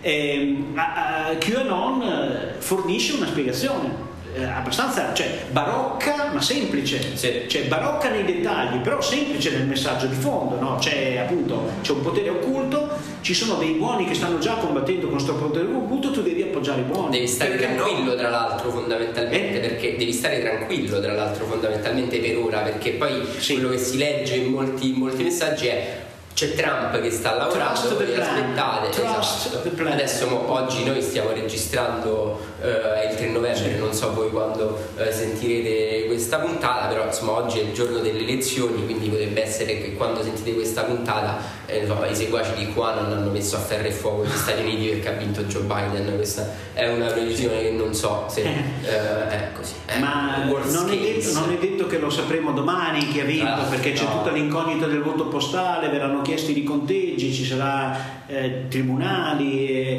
QAnon fornisce una spiegazione abbastanza, barocca ma semplice, cioè barocca nei dettagli, però semplice nel messaggio di fondo, no? C'è un potere occulto, ci sono dei buoni che stanno già combattendo con questo potere occulto, tu devi appoggiare i buoni. Devi stare tranquillo, tra l'altro, fondamentalmente, perché devi stare tranquillo, tra l'altro, fondamentalmente, per ora, perché poi quello che si legge in molti messaggi è: c'è Trump che sta lavorando, vi aspettate. Esatto. Adesso oggi noi stiamo registrando il 3 novembre, non so voi quando sentirete questa puntata, però insomma oggi è il giorno delle elezioni, quindi potrebbe essere che quando sentite questa puntata i seguaci di QAnon hanno messo a ferro e fuoco gli Stati Uniti perché ha vinto Joe Biden. Questa è una previsione che non so se è così. Ma non è detto che lo sapremo domani chi ha vinto, perché c'è tutta l'incognita del voto postale, verranno chiesti i conteggi, ci sarà tribunali,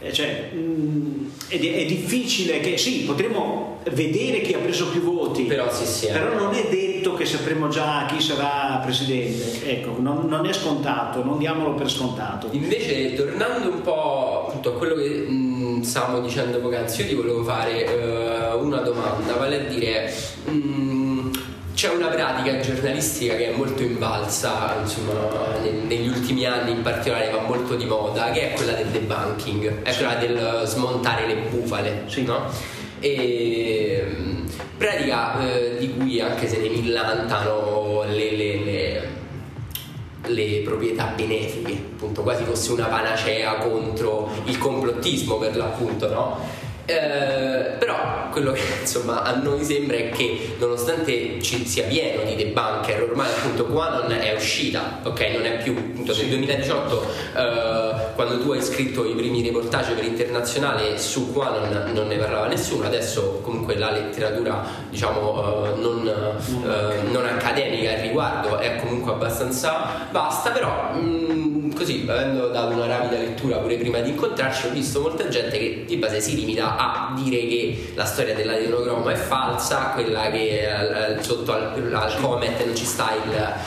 è difficile che potremo vedere chi ha preso più voti, però non è detto che sapremo già chi sarà presidente, ecco, non è scontato, non diamolo per scontato. Invece, tornando un po' appunto a quello che stavamo dicendo poc'anzi, io ti volevo fare una domanda, vale a dire c'è una pratica giornalistica che è molto invalsa, insomma, negli ultimi anni in particolare, va molto di moda, che è quella del debunking, è quella del smontare le bufale, no? E pratica di cui anche se ne millantano le proprietà benefiche, appunto, quasi fosse una panacea contro il complottismo, per l'appunto, no? Però quello che insomma a noi sembra è che, nonostante ci sia pieno di debunker, ormai appunto QAnon è uscita, ok? Non è più, appunto, nel 2018 quando tu hai scritto i primi reportage per Internazionale su QAnon non ne parlava nessuno. Adesso comunque la letteratura, diciamo, non accademica al riguardo è comunque abbastanza vasta, però così, avendo dato una rapida lettura pure prima di incontrarci, ho visto molta gente che di base si limita a dire che la storia dell'adenocromo è falsa, quella che sotto al Comet non ci sta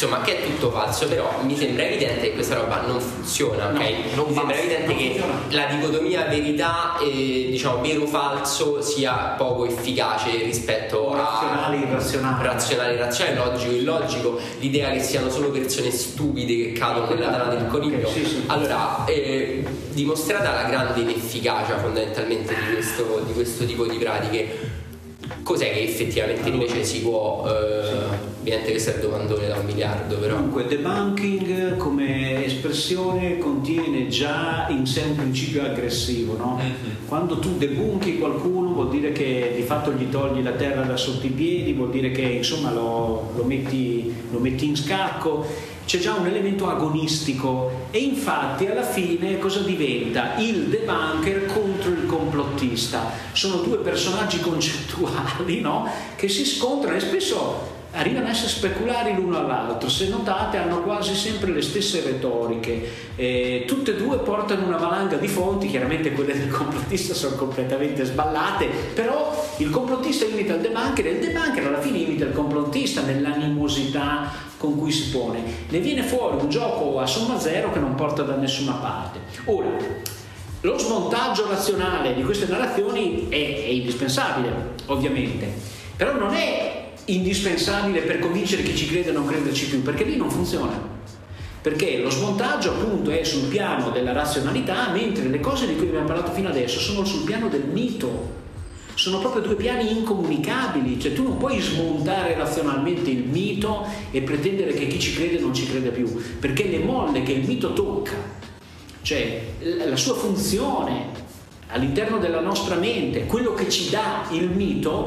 insomma, che è tutto falso, però mi sembra evidente che questa roba non funziona, ok? No, mi sembra evidente che la dicotomia verità e diciamo vero falso sia poco efficace rispetto a razionale, irrazionale, logico, illogico, l'idea che siano solo persone stupide che cadono nella tana del coniglio. Okay, sì. Allora, dimostrata la grande inefficacia fondamentalmente di questo tipo di pratiche, cos'è che effettivamente invece si può ovviamente questo è il domandone da 1 miliardo, però comunque debunking come espressione contiene già in sé un principio aggressivo, no? Quando tu debunchi qualcuno vuol dire che di fatto gli togli la terra da sotto i piedi, vuol dire che insomma lo metti in scacco. C'è già un elemento agonistico e infatti alla fine cosa diventa? Il debunker contro il complottista. Sono due personaggi concettuali, no? Che si scontrano e spesso arrivano a essere speculari l'uno all'altro. Se notate hanno quasi sempre le stesse retoriche, tutte e due portano una valanga di fonti, chiaramente quelle del complottista sono completamente sballate, però il complottista imita il debunker e il debunker alla fine imita il complottista nell'animosità con cui si pone. Ne viene fuori un gioco a somma zero che non porta da nessuna parte. Ora, lo smontaggio razionale di queste narrazioni è indispensabile, ovviamente, però non è indispensabile per convincere chi ci crede a non crederci più, perché lì non funziona, perché lo smontaggio appunto è sul piano della razionalità, mentre le cose di cui abbiamo parlato fino adesso sono sul piano del mito. Sono proprio due piani incomunicabili, cioè tu non puoi smontare razionalmente il mito e pretendere che chi ci crede non ci creda più, perché le molle che il mito tocca, cioè la sua funzione all'interno della nostra mente, quello che ci dà il mito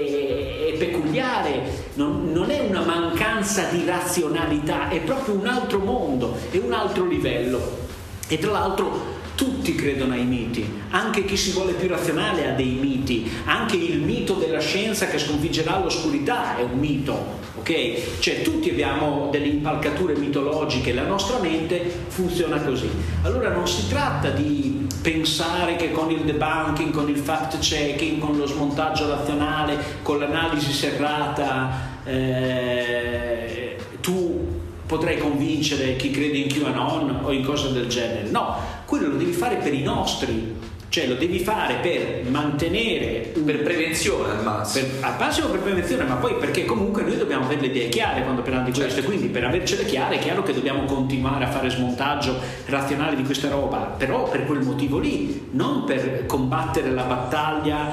è peculiare, non è una mancanza di razionalità, è proprio un altro mondo, è un altro livello. E tra l'altro tutti credono ai miti, anche chi si vuole più razionale ha dei miti, anche il mito della scienza che sconfiggerà l'oscurità è un mito, ok? Cioè tutti abbiamo delle impalcature mitologiche, la nostra mente funziona così. Allora non si tratta di pensare che con il debunking, con il fact checking, con lo smontaggio razionale, con l'analisi serrata tu potrai convincere chi crede in QAnon o in cose del genere. No, quello lo devi fare per i nostri, cioè lo devi fare per mantenere per prevenzione al massimo. Al massimo per prevenzione, ma poi perché comunque noi dobbiamo avere le idee chiare quando parliamo di questo, quindi per avercele chiare è chiaro che dobbiamo continuare a fare smontaggio razionale di questa roba, però per quel motivo lì, non per combattere la battaglia,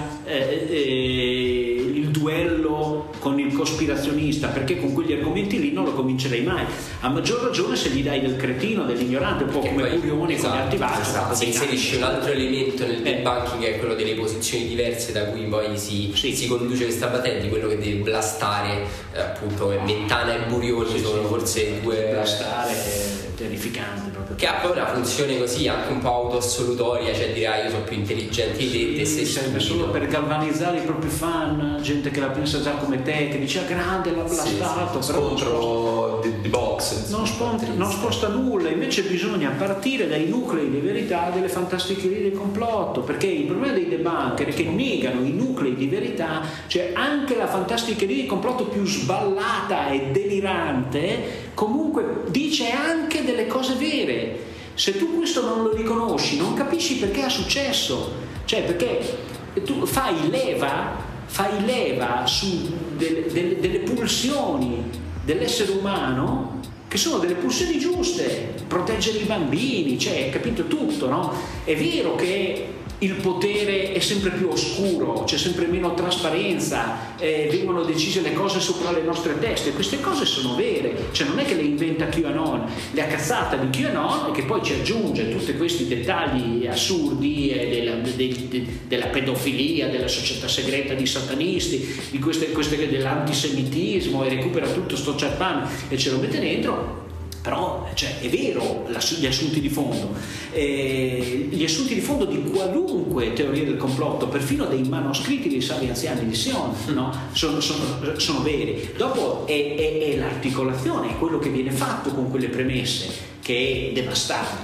il duello con il cospirazionista, perché con quegli argomenti lì non lo convincerei mai, a maggior ragione se gli dai del cretino, dell'ignorante, un po' come Purioni con gli attivati. Se inserisci un altro elemento nel debunking che è quello delle posizioni diverse da cui poi si conduce questa battaglia, di quello che deve blastare appunto Mentana e Burioni sono forse due blastare terrificanti proprio, che ha poi una funzione così anche un po' autoassolutoria, cioè dirà io sono più intelligente di te, se serve solo per galvanizzare i propri fan, gente che la pensa già come te, che dice grande l'ha blastato, però contro di box non sposta nulla. Invece bisogna partire dai nuclei di verità delle fantasticherie del complotto, perché il problema dei debunker è che negano i nuclei di verità, cioè anche la fantasticheria del complotto più sballata e delirante comunque dice anche delle cose vere. Se tu questo non lo riconosci non capisci perché è successo, cioè perché tu fai leva su delle pulsioni dell'essere umano che sono delle pulsioni giuste, proteggere i bambini, cioè capito tutto, no? È vero che il potere è sempre più oscuro, c'è sempre meno trasparenza, vengono decise le cose sopra le nostre teste, queste cose sono vere, cioè non è che le inventa QAnon, la cazzata di QAnon è che poi ci aggiunge tutti questi dettagli assurdi della pedofilia, della società segreta di satanisti, di queste dell'antisemitismo, e recupera tutto sto ciarpame e ce lo mette dentro. Però cioè, è vero gli assunti di fondo, gli assunti di fondo di qualunque teoria del complotto, perfino dei manoscritti dei savi anziani di Sion, no? sono veri. Dopo è l'articolazione, è quello che viene fatto con quelle premesse che è devastante.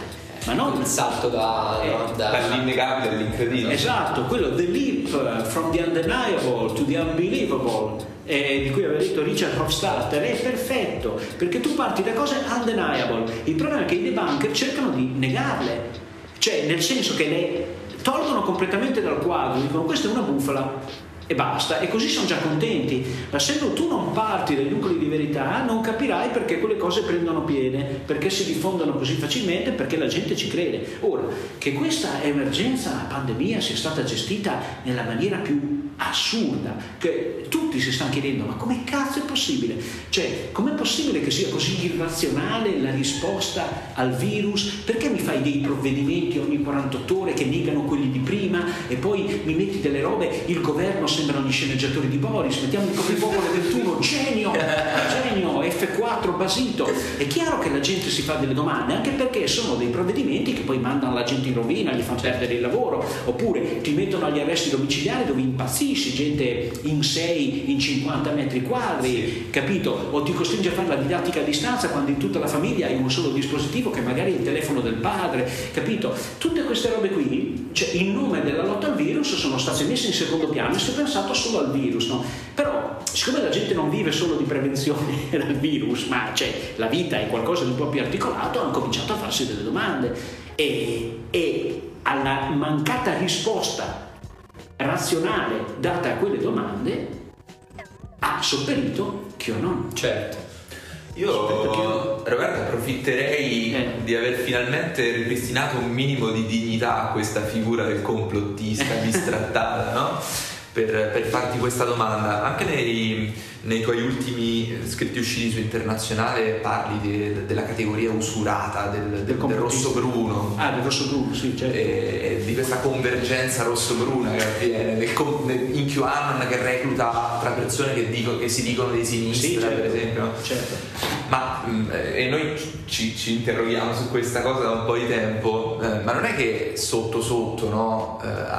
ma non il salto dall'innegabile all'incredibile. Esatto, quello the leap from the undeniable to the unbelievable, di cui aveva detto Richard Hofstadter, è perfetto, perché tu parti da cose undeniable. Il problema è che i debunker cercano di negarle, cioè nel senso che le tolgono completamente dal quadro, dicono questa è una bufala e basta, e così sono già contenti. Ma se tu non parti dai nuclei di verità non capirai perché quelle cose prendono piede, perché si diffondono così facilmente, perché la gente ci crede. Ora, che questa emergenza, la pandemia, sia stata gestita nella maniera più assurda, che tutti si stanno chiedendo ma come cazzo è possibile? Cioè, com'è possibile che sia così irrazionale la risposta al virus? Perché mi fai dei provvedimenti ogni 48 ore che negano quelli di prima e poi mi metti delle robe, il governo sembrano gli sceneggiatori di Boris, mettiamo il coprifuoco alle 21, genio, F4 basito. È chiaro che la gente si fa delle domande, anche perché sono dei provvedimenti che poi mandano la gente in rovina, gli fanno perdere il lavoro, oppure ti mettono agli arresti domiciliari dove impazzisci, gente in 6, in 50 metri quadri, capito? O ti costringe a fare la didattica a distanza quando in tutta la famiglia hai un solo dispositivo che magari è il telefono del padre, capito? Tutte queste robe qui, cioè in nome della lotta al virus, sono state messe in secondo piano e si è pensato solo al virus, no? Però siccome la gente non vive solo di prevenzione del virus, ma cioè la vita è qualcosa di un po' più articolato, hanno cominciato a farsi delle domande e alla mancata risposta razionale data a quelle domande ha sopperito QAnon. Certo. Io, Roberto, approfitterei di aver finalmente ripristinato un minimo di dignità a questa figura del complottista bistrattata, no? Per farti questa domanda. Anche nei tuoi ultimi scritti usciti su Internazionale parli della categoria usurata del rosso-bruno. Ah, del rosso-bruno, sì, certo. E di questa convergenza rosso-bruna che avviene in QAnon, che recluta tra persone che si dicono di sinistra, sì, certo, per esempio. Certo. Ma e noi ci interroghiamo su questa cosa da un po' di tempo, ma non è che sotto sotto, no?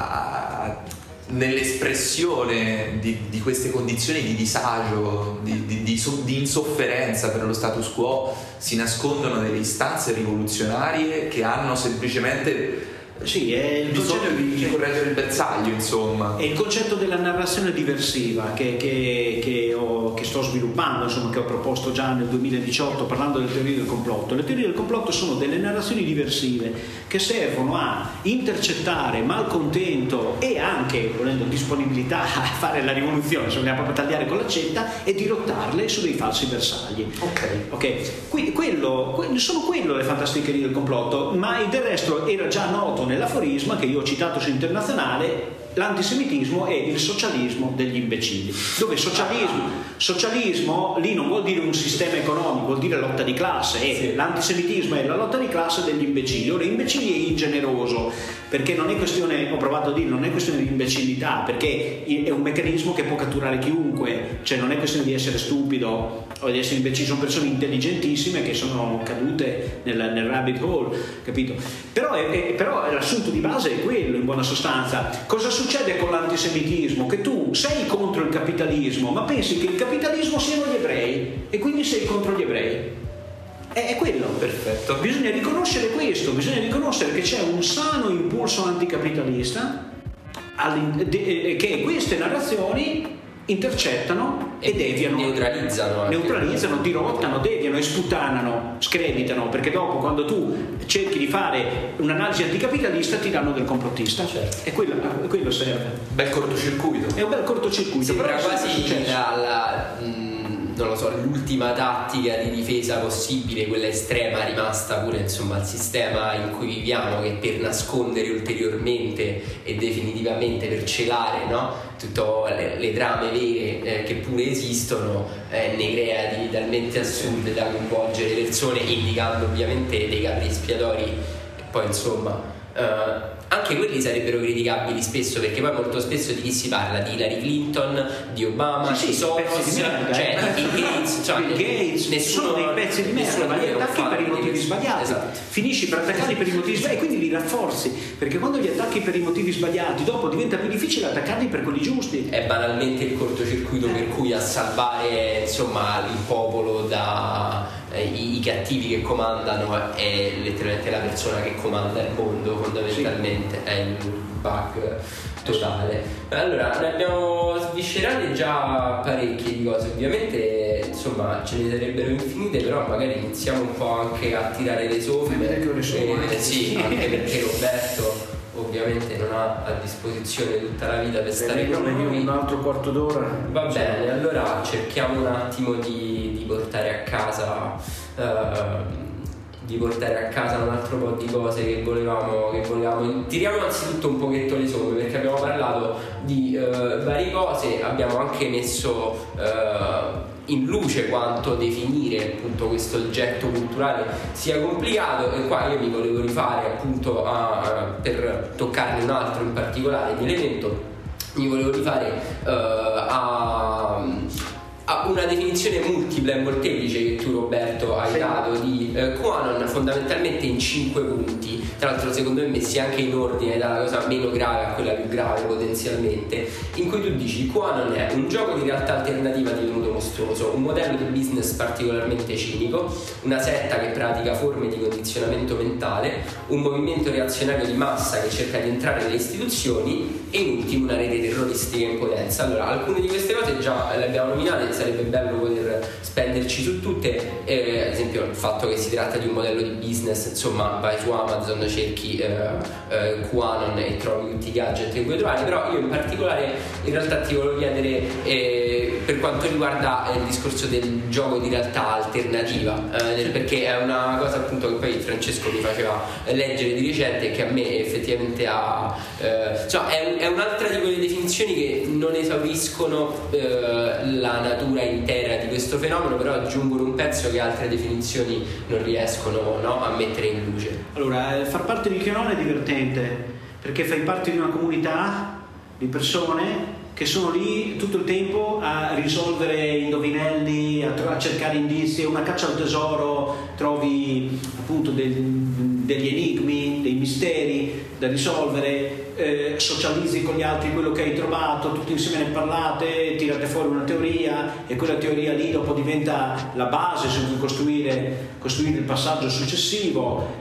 Nell'espressione di queste condizioni di disagio, di insofferenza per lo status quo si nascondono delle istanze rivoluzionarie che hanno semplicemente Sì, è il bisogno di correggere il bersaglio, insomma. È il concetto della narrazione diversiva che sto sviluppando, insomma, che ho proposto già nel 2018 parlando delle teorie del complotto. Le teorie del complotto sono delle narrazioni diversive che servono a intercettare malcontento e anche, volendo, disponibilità a fare la rivoluzione, bisogna proprio tagliare con l'accetta e dirottarle su dei falsi bersagli. Ok. Sono quello le fantasticherie del complotto, ma del resto era già noto nell'aforisma che io ho citato su Internazionale: l'antisemitismo è il socialismo degli imbecilli. Dove socialismo lì non vuol dire un sistema economico, vuol dire lotta di classe, sì. L'antisemitismo è la lotta di classe degli imbecilli. Ora, imbecilli è ingeneroso, perché non è questione, ho provato a dire, non è questione di imbecillità, perché è un meccanismo che può catturare chiunque, cioè non è questione di essere stupido o di essere imbecilli, sono persone intelligentissime che sono cadute nel rabbit hole, capito? Però l'assunto di base è quello, in buona sostanza. Cosa succede con l'antisemitismo? Che tu sei contro il capitalismo, ma pensi che il capitalismo siano gli ebrei e quindi sei contro gli ebrei. È quello. Perfetto. Bisogna riconoscere questo, bisogna riconoscere che c'è un sano impulso anticapitalista che queste narrazioni intercettano e deviano, neutralizzano, dirottano, deviano e sputtanano, screditano, perché dopo, quando tu cerchi di fare un'analisi anticapitalista, ti danno del complottista. Certo. E quello serve. Bel cortocircuito. È un bel cortocircuito. Sembra quasi non lo so, l'ultima tattica di difesa possibile, quella estrema, rimasta pure, insomma, al sistema in cui viviamo, che per nascondere ulteriormente e definitivamente per celare, no, tutte le trame vere che pure esistono, ne crea di talmente assurde da coinvolgere le persone, indicando ovviamente dei capri espiatori che poi, insomma, anche quelli sarebbero criticabili spesso, perché poi molto spesso di chi si parla? Di Hillary Clinton, di Obama, di Soros, di Gates, nessuno, sono dei pezzi di merda, ma li attacchi per i motivi sbagliati. Esatto. Finisci per attaccarli per i motivi sbagliati e quindi li rafforzi, perché quando li attacchi per i motivi sbagliati dopo diventa più difficile attaccarli per quelli giusti. È banalmente il cortocircuito per cui a salvare, insomma, il popolo da i cattivi che comandano, è letteralmente la persona che comanda il mondo fondamentalmente, è il bug totale. Allora, ne abbiamo sviscerate già parecchie di cose, ovviamente insomma ce ne sarebbero infinite, però magari iniziamo un po' anche a tirare le somme. Sì, anche perché Roberto ovviamente non ha a disposizione tutta la vita per stare con noi. Un altro quarto d'ora. Va bene, allora cerchiamo un attimo di portare a casa un altro po' di cose che volevamo. Tiriamo anzitutto un pochetto le somme, perché abbiamo parlato di varie cose, abbiamo anche messo in luce quanto definire appunto questo oggetto culturale sia complicato, e qua io mi volevo rifare appunto per toccarne un altro in particolare di elemento, mi volevo rifare a una definizione multipla e molteplice che tu, Roberto, hai dato di QAnon, fondamentalmente in 5 punti. Tra l'altro secondo me messi anche in ordine dalla cosa meno grave a quella più grave potenzialmente, in cui tu dici QAnon è un gioco di realtà alternativa divenuto mostruoso, un modello di business particolarmente cinico, una setta che pratica forme di condizionamento mentale, un movimento reazionario di massa che cerca di entrare nelle istituzioni e in ultimo una rete terroristica in potenza. Allora, alcune di queste cose già le abbiamo nominate, sarebbe bello poter spenderci su tutte, ad esempio il fatto che si tratta di un modello di business, insomma vai su Amazon, cerchi QAnon e trovi tutti i gadget che puoi trovare, però io in particolare in realtà ti volevo chiedere per quanto riguarda il discorso del gioco di realtà alternativa, perché è una cosa appunto che poi Francesco mi faceva leggere di recente e che a me effettivamente è un'altra di quelle definizioni che non esauriscono la natura intera di questo fenomeno, però aggiungono un pezzo che altre definizioni non riescono, no, a mettere in luce. Allora, far parte di QAnon è divertente perché fai parte di una comunità di persone che sono lì tutto il tempo a risolvere indovinelli, a cercare indizi, è una caccia al tesoro, trovi appunto degli enigmi, dei misteri da risolvere, socializzi con gli altri quello che hai trovato, tutti insieme ne parlate, tirate fuori una teoria e quella teoria lì dopo diventa la base su cui costruire il passaggio successivo,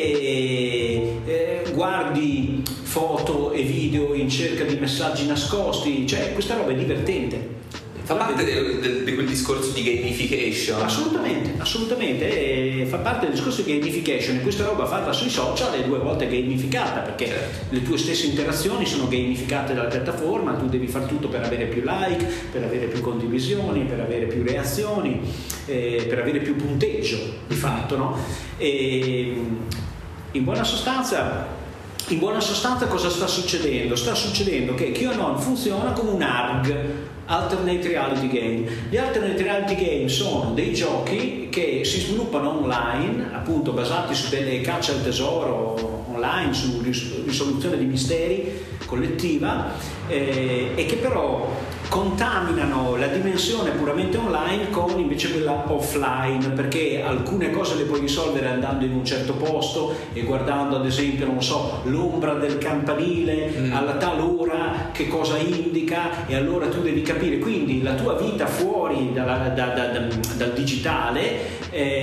e guardi foto e video in cerca di messaggi nascosti, cioè questa roba è divertente. Fa parte di quel discorso di gamification. Assolutamente, fa parte del discorso di gamification, e questa roba fatta sui social è 2 volte gamificata, perché le tue stesse interazioni sono gamificate dalla piattaforma, tu devi far tutto per avere più like, per avere più condivisioni, per avere più reazioni, per avere più punteggio di fatto, no? E in buona sostanza cosa sta succedendo? Sta succedendo che QAnon funziona come un ARG, Alternate Reality Game. Gli Alternate Reality Game sono dei giochi che si sviluppano online, appunto basati su delle cacce al tesoro online, su risoluzione di misteri collettiva, e che però contaminano la dimensione puramente online con invece quella offline, perché alcune cose le puoi risolvere andando in un certo posto e guardando ad esempio, non so, l'ombra del campanile alla tal ora che cosa indica, e allora tu devi capire, quindi la tua vita fuori dal digitale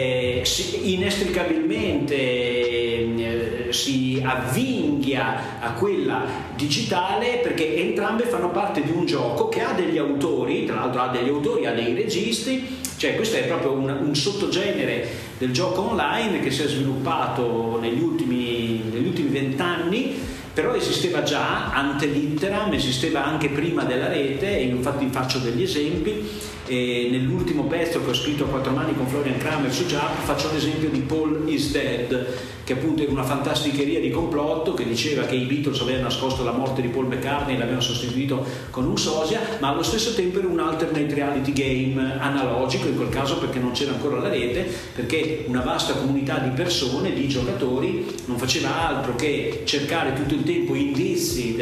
inestricabilmente si avvinghia a quella digitale, perché entrambe fanno parte di un gioco che ha degli autori, tra l'altro ha dei registi, cioè questo è proprio un sottogenere del gioco online che si è sviluppato negli ultimi 20 anni, però esisteva già ante litteram, esisteva anche prima della rete, e infatti faccio degli esempi. E nell'ultimo pezzo che ho scritto a 4 mani con Florian Kramer su Jump faccio l'esempio di Paul is Dead, che appunto era una fantasticheria di complotto che diceva che i Beatles avevano nascosto la morte di Paul McCartney e l'avevano sostituito con un sosia, ma allo stesso tempo era un alternate reality game analogico, in quel caso perché non c'era ancora la rete, perché una vasta comunità di persone, di giocatori, non faceva altro che cercare tutto il tempo indizi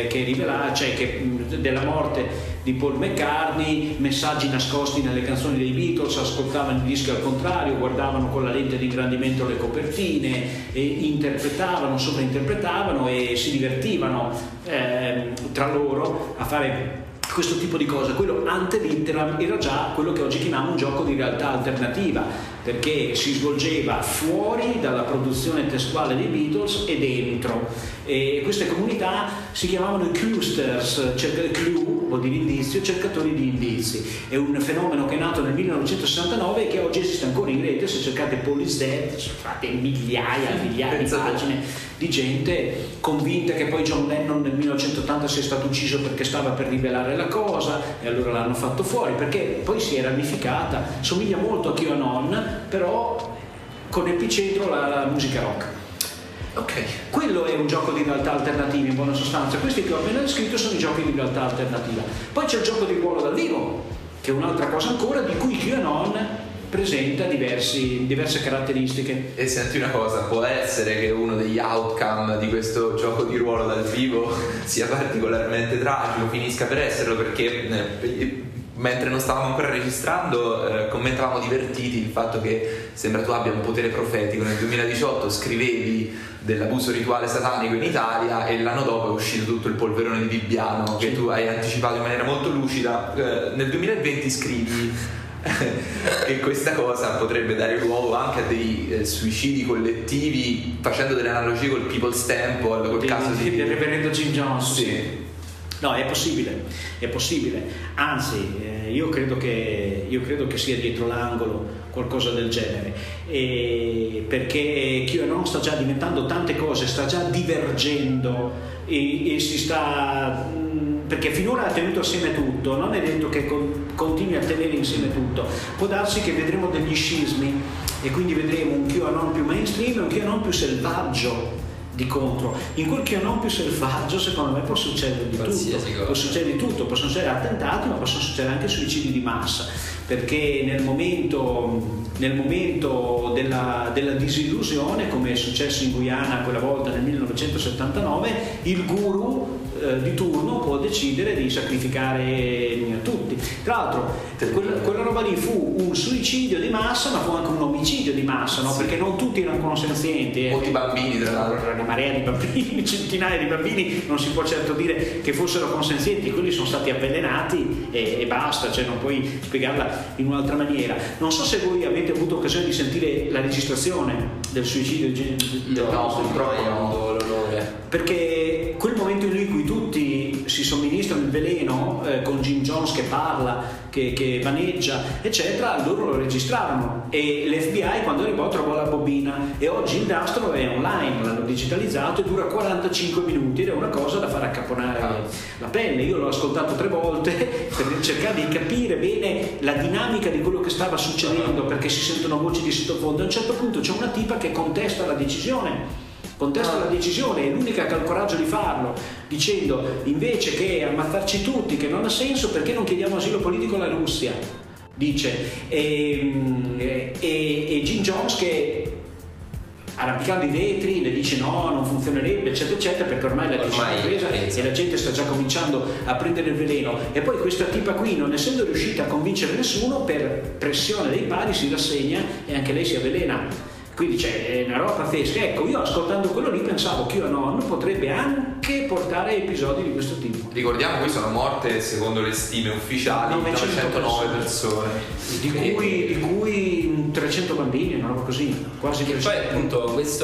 della morte di Paul McCartney, messaggi nascosti nelle canzoni dei Beatles, ascoltavano i dischi al contrario, guardavano con la lente di ingrandimento le copertine, e interpretavano, sovrainterpretavano e si divertivano tra loro a fare questo tipo di cosa. Quello ante litteram era già quello che oggi chiamiamo un gioco di realtà alternativa, perché si svolgeva fuori dalla produzione testuale dei Beatles e dentro, e queste comunità si chiamavano i clusters, clue vuol dire indizio, cercatori di indizi. È un fenomeno che è nato nel 1969 e che oggi esiste ancora in rete. Se cercate Paul is Dead fate migliaia di pagine di gente convinta che poi John Lennon nel 1980 sia stato ucciso perché stava per rivelare la cosa, e allora l'hanno fatto fuori, perché poi si è ramificata. Somiglia molto a QAnon, però con epicentro la musica rock. Ok. Quello è un gioco di realtà alternativa in buona sostanza. Questi che ho appena descritto sono i giochi di realtà alternativa. Poi c'è il gioco di ruolo dal vivo, che è un'altra cosa ancora, di cui QAnon presenta diverse caratteristiche. E senti una cosa, può essere che uno degli outcome di questo gioco di ruolo dal vivo sia particolarmente tragico, finisca per esserlo, perché mentre non stavamo ancora registrando commentavamo divertiti il fatto che sembra tu abbia un potere profetico. Nel 2018 scrivevi dell'abuso rituale satanico in Italia e l'anno dopo è uscito tutto il polverone di Bibbiano che tu hai anticipato in maniera molto lucida. Nel 2020 scrivi che questa cosa potrebbe dare luogo anche a dei suicidi collettivi, facendo delle analogie col People's Temple, col caso del reverendo Jim Jones. Sì. No, è possibile, anzi io credo che sia dietro l'angolo qualcosa del genere, perché QAnon sta già diventando tante cose, sta già divergendo e si sta, perché finora ha tenuto assieme tutto, non è detto che continui a tenere insieme tutto. Può darsi che vedremo degli scismi e quindi vedremo un QAnon più mainstream e un QAnon più selvaggio di contro. In quel QAnon più selvaggio secondo me può succedere di tutto, possono succedere attentati, ma possono succedere anche suicidi di massa, perché nel momento della disillusione, come è successo in Guyana quella volta nel 1979, il guru di turno può decidere di sacrificare tutti. Tra l'altro quella roba lì fu un suicidio di massa, ma fu anche un omicidio di massa, no? Perché non tutti erano consenzienti. Molti bambini, tra l'altro. Una marea di bambini, centinaia di bambini, non si può certo dire che fossero consenzienti, quelli sono stati avvelenati e basta, cioè non puoi spiegarla in un'altra maniera. Non so se voi avete avuto occasione di sentire la registrazione del suicidio no, purtroppo no. L'onore. Perché quel momento in cui tutti si somministrano il veleno, con Jim Jones che parla, che vaneggia, eccetera, loro lo registrarono e l'FBI quando arrivò trovò la bobina, e oggi il nastro è online, l'hanno digitalizzato e dura 45 minuti ed è una cosa da far accapponare la pelle. Io l'ho ascoltato 3 volte per cercare di capire bene la dinamica di quello che stava succedendo, perché si sentono voci di sottofondo. A un certo punto c'è una tipa che contesta la decisione, è l'unica che ha il coraggio di farlo, dicendo invece che ammazzarci tutti, che non ha senso, perché non chiediamo asilo politico alla Russia, dice, e Jim Jones che arrampicando i vetri le dice no, non funzionerebbe, eccetera eccetera, perché ormai la decisione è presa e la gente sta già cominciando a prendere il veleno. E poi questa tipa qui, non essendo riuscita a convincere nessuno, per pressione dei pari si rassegna e anche lei si avvelena. Quindi c'è una roba pazzesca. Ecco, io ascoltando quello lì pensavo che QAnon potrebbe anche portare a episodi di questo tipo. Ricordiamo che sono morte, secondo le stime ufficiali, 909 persone. Di cui 300 bambini, una roba così, quasi 300. Poi appunto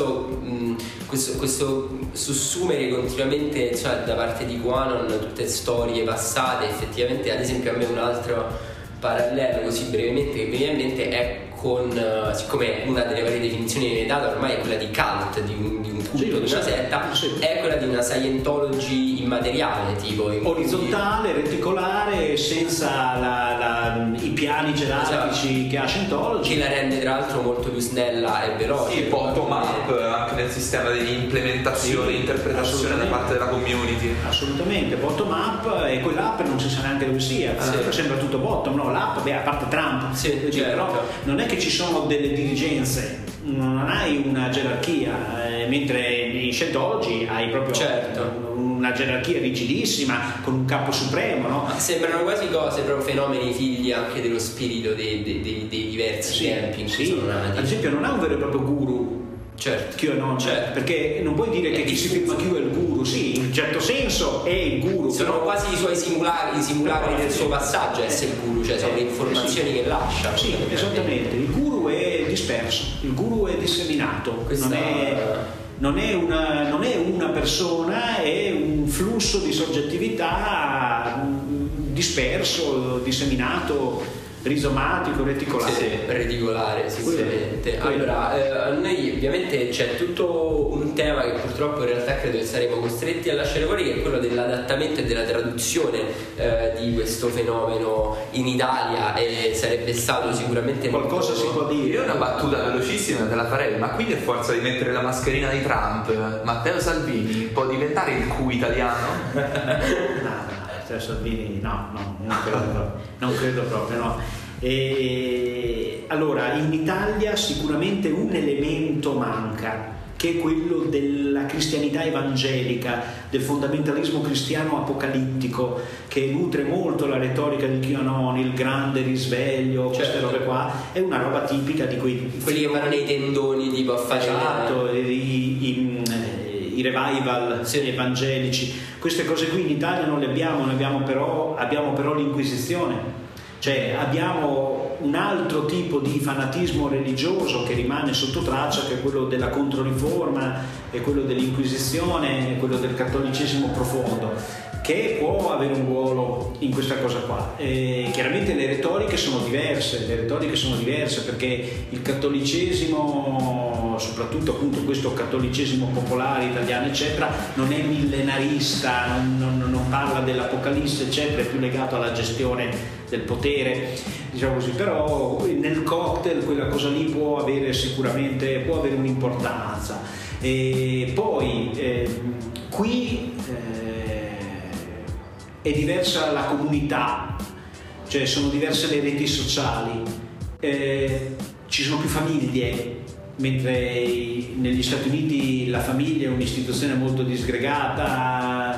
questo sussumere continuamente, cioè, da parte di QAnon tutte storie passate. Effettivamente, ad esempio, a me un altro parallelo così brevemente che mi viene in mente è siccome una delle varie definizioni che viene data ormai è quella di cult, di un culto, di una setta, è quella di una Scientology immateriale, tipo orizzontale, reticolare, senza i piani gerarchici che ha Scientology, che la rende tra l'altro molto più snella e veloce, e bottom up anche nel sistema di implementazione e interpretazione da parte della community. Assolutamente, bottom up, e quell'app non si sa neanche dove sia, sembra tutto bottom, no? L'app, a parte Trump, però non è che ci sono delle dirigenze, non hai una gerarchia, mentre in Scientology hai proprio una gerarchia rigidissima con un capo supremo, no? Sembrano quasi cose, proprio fenomeni figli anche dello spirito dei diversi tempi in cui sono nati. Ad esempio non ha un vero e proprio guru Certo. QAnon, perché non puoi dire che chi si firma Q è il guru, sì, in un certo senso è il guru. Sono quasi i suoi simulacri del suo passaggio essere il guru, cioè sono le informazioni che lascia. Sì, esattamente, il guru è disperso, il guru è disseminato, non è una persona, è un flusso di soggettività disperso, disseminato, rizomatico, reticolato. Sì, reticolare, sicuramente. Allora, a noi ovviamente c'è tutto un tema che purtroppo in realtà credo che saremo costretti a lasciare fuori, che è quello dell'adattamento e della traduzione di questo fenomeno in Italia, e sarebbe stato sicuramente qualcosa si può dire. Io una battuta velocissima te la farei, ma quindi a forza di mettere la mascherina di Trump, Matteo Salvini può diventare il Q italiano? No, Salvini no, non credo proprio, no. Allora, in Italia sicuramente un elemento manca, che è quello della cristianità evangelica, del fondamentalismo cristiano apocalittico, che nutre molto la retorica di QAnon, il grande risveglio, queste robe qua, è una roba tipica di quelli che vanno nei tendoni tipo a fare. Esatto, i revival evangelici, queste cose qui in Italia non le abbiamo, abbiamo però l'Inquisizione, cioè abbiamo un altro tipo di fanatismo religioso che rimane sotto traccia, che è quello della Controriforma, è quello dell'Inquisizione, è quello del cattolicesimo profondo, che può avere un ruolo in questa cosa qua. Chiaramente le retoriche sono diverse perché il cattolicesimo, soprattutto appunto questo cattolicesimo popolare italiano eccetera, non è millenarista, non parla dell'Apocalisse eccetera, è più legato alla gestione del potere, diciamo così, però nel cocktail quella cosa lì può avere sicuramente un'importanza. E poi qui è diversa la comunità, cioè sono diverse le reti sociali, ci sono più famiglie, mentre negli Stati Uniti la famiglia è un'istituzione molto disgregata,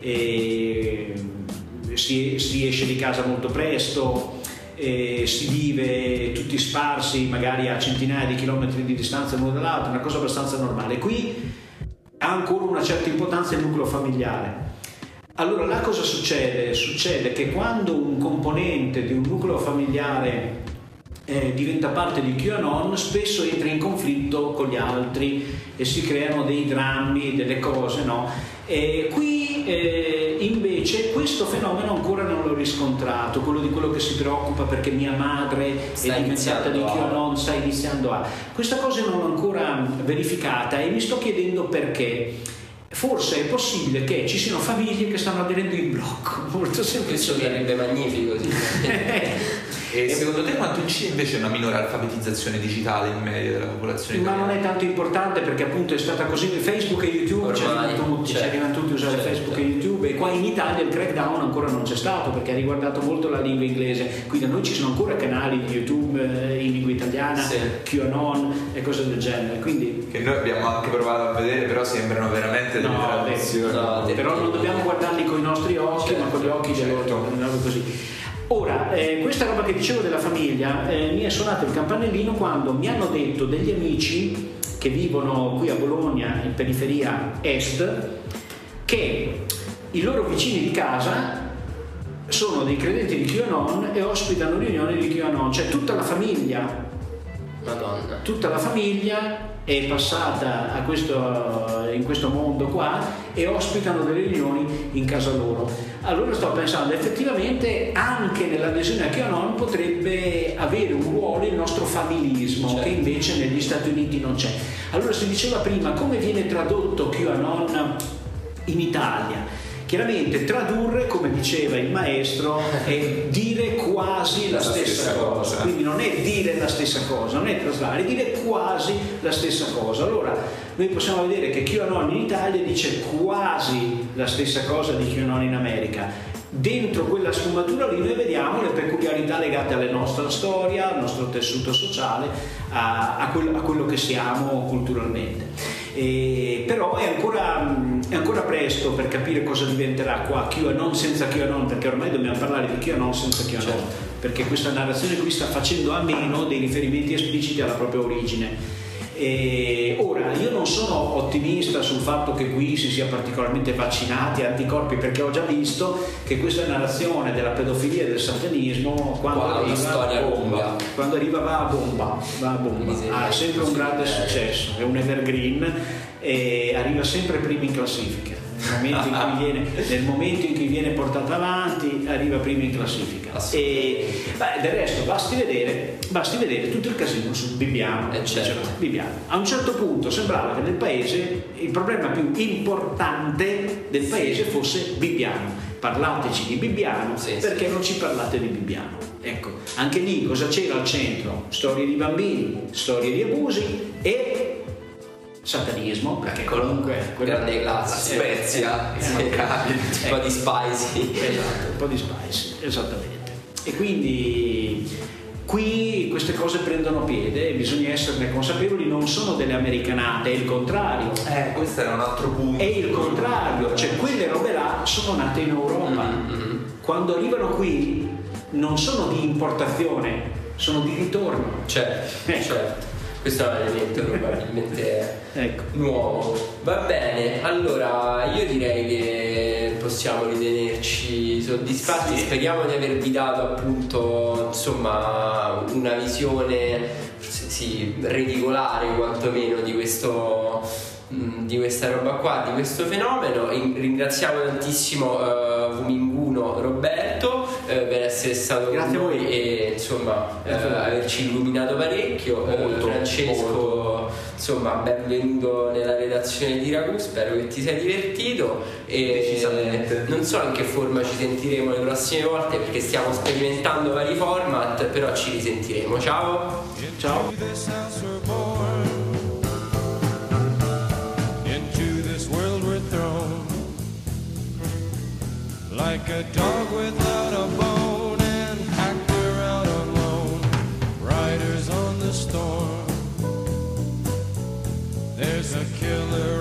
si esce di casa molto presto, si vive tutti sparsi magari a centinaia di chilometri di distanza l'uno dall'altro, una cosa abbastanza normale. Qui ha ancora una certa importanza il nucleo familiare. Allora là cosa succede? Succede che quando un componente di un nucleo familiare diventa parte di QAnon, spesso entra in conflitto con gli altri e si creano dei drammi, delle cose, no? Qui invece questo fenomeno ancora non l'ho riscontrato, quello che si preoccupa perché mia madre è diventata di QAnon, sta iniziando a... Questa cosa non l'ho ancora verificata e mi sto chiedendo perché. Forse è possibile che ci siano famiglie che stanno aderendo in blocco, molto semplicemente. Questo sarebbe magnifico, sì. E secondo te quanto incide invece una minore alfabetizzazione digitale in media della popolazione italiana? Ma non è tanto importante perché appunto è stata così. Facebook e YouTube ci arrivano tutti a usare Facebook e YouTube, e qua in Italia il crackdown ancora non c'è stato perché ha riguardato molto la lingua inglese, quindi da noi ci sono ancora canali di YouTube in lingua italiana, QAnon e cose del genere, quindi... che noi abbiamo anche provato a vedere, però sembrano veramente delle traduzioni. Però non dobbiamo guardarli con i nostri occhi, ma con gli occhi di loro, così. Ora, questa roba che dicevo della famiglia, mi è suonato il campanellino quando mi hanno detto degli amici che vivono qui a Bologna, in periferia est, che i loro vicini di casa sono dei credenti di QAnon e ospitano riunioni di QAnon, cioè tutta la famiglia. Madonna. Tutta la famiglia è passata in questo mondo qua e ospitano delle riunioni in casa loro. Allora sto pensando, effettivamente anche nell'adesione a QAnon potrebbe avere un ruolo il nostro familismo, certo, che invece negli Stati Uniti non c'è. Allora si diceva prima, come viene tradotto QAnon in Italia? Chiaramente tradurre, come diceva il maestro, è dire quasi la stessa cosa. Quindi non è dire la stessa cosa, non è traslare, è dire quasi la stessa cosa. Allora noi possiamo vedere che QAnon in Italia dice quasi la stessa cosa di QAnon in America. Dentro quella sfumatura lì noi vediamo le peculiarità legate alla nostra storia, al nostro tessuto sociale, a quello che siamo culturalmente. Però è ancora presto per capire cosa diventerà qua QAnon senza QAnon, perché ormai dobbiamo parlare di QAnon senza QAnon, certo, perché questa narrazione qui sta facendo a meno dei riferimenti espliciti alla propria origine. Ora, io non sono ottimista sul fatto che qui si sia particolarmente vaccinati, anticorpi, perché ho già visto che questa narrazione della pedofilia e del satanismo quando arriva va a bomba, ha sempre un grande successo, è un evergreen e arriva sempre prima in classifica. Nel momento in cui viene portata avanti arriva prima in classifica. E del resto basti vedere tutto il casino su Bibbiano. Bibbiano. A un certo punto sembrava che nel paese il problema più importante del paese fosse Bibbiano. Parlateci di Bibbiano, perché non ci parlate di Bibbiano. Ecco, anche lì cosa c'era al centro? Storie di bambini, storie di abusi e satanismo, perché comunque grande classe, Spezia, un po' di spicy. Esatto, un po' di spicy, esattamente. E quindi qui queste cose prendono piede e bisogna esserne consapevoli, non sono delle americanate, è il contrario. Questo era un altro punto. È il contrario, cioè quelle robe là sono nate in Europa. Quando arrivano qui non sono di importazione, sono di ritorno. Certo. Questo è un elemento probabilmente nuovo. Va bene, allora io direi che possiamo ritenerci soddisfatti. Speriamo di avervi dato appunto insomma una visione reticolare quantomeno di questa roba qua, di questo fenomeno. Ringraziamo tantissimo Vuminguno Roberto per essere stato con noi e insomma averci illuminato parecchio. Francesco, insomma, benvenuto nella redazione di Ragù, spero che ti sei divertito e non so in che forma ci sentiremo le prossime volte perché stiamo sperimentando vari format, però ci risentiremo. Ciao. Like a dog without a bone and actor out alone, riders on the storm. There's a killer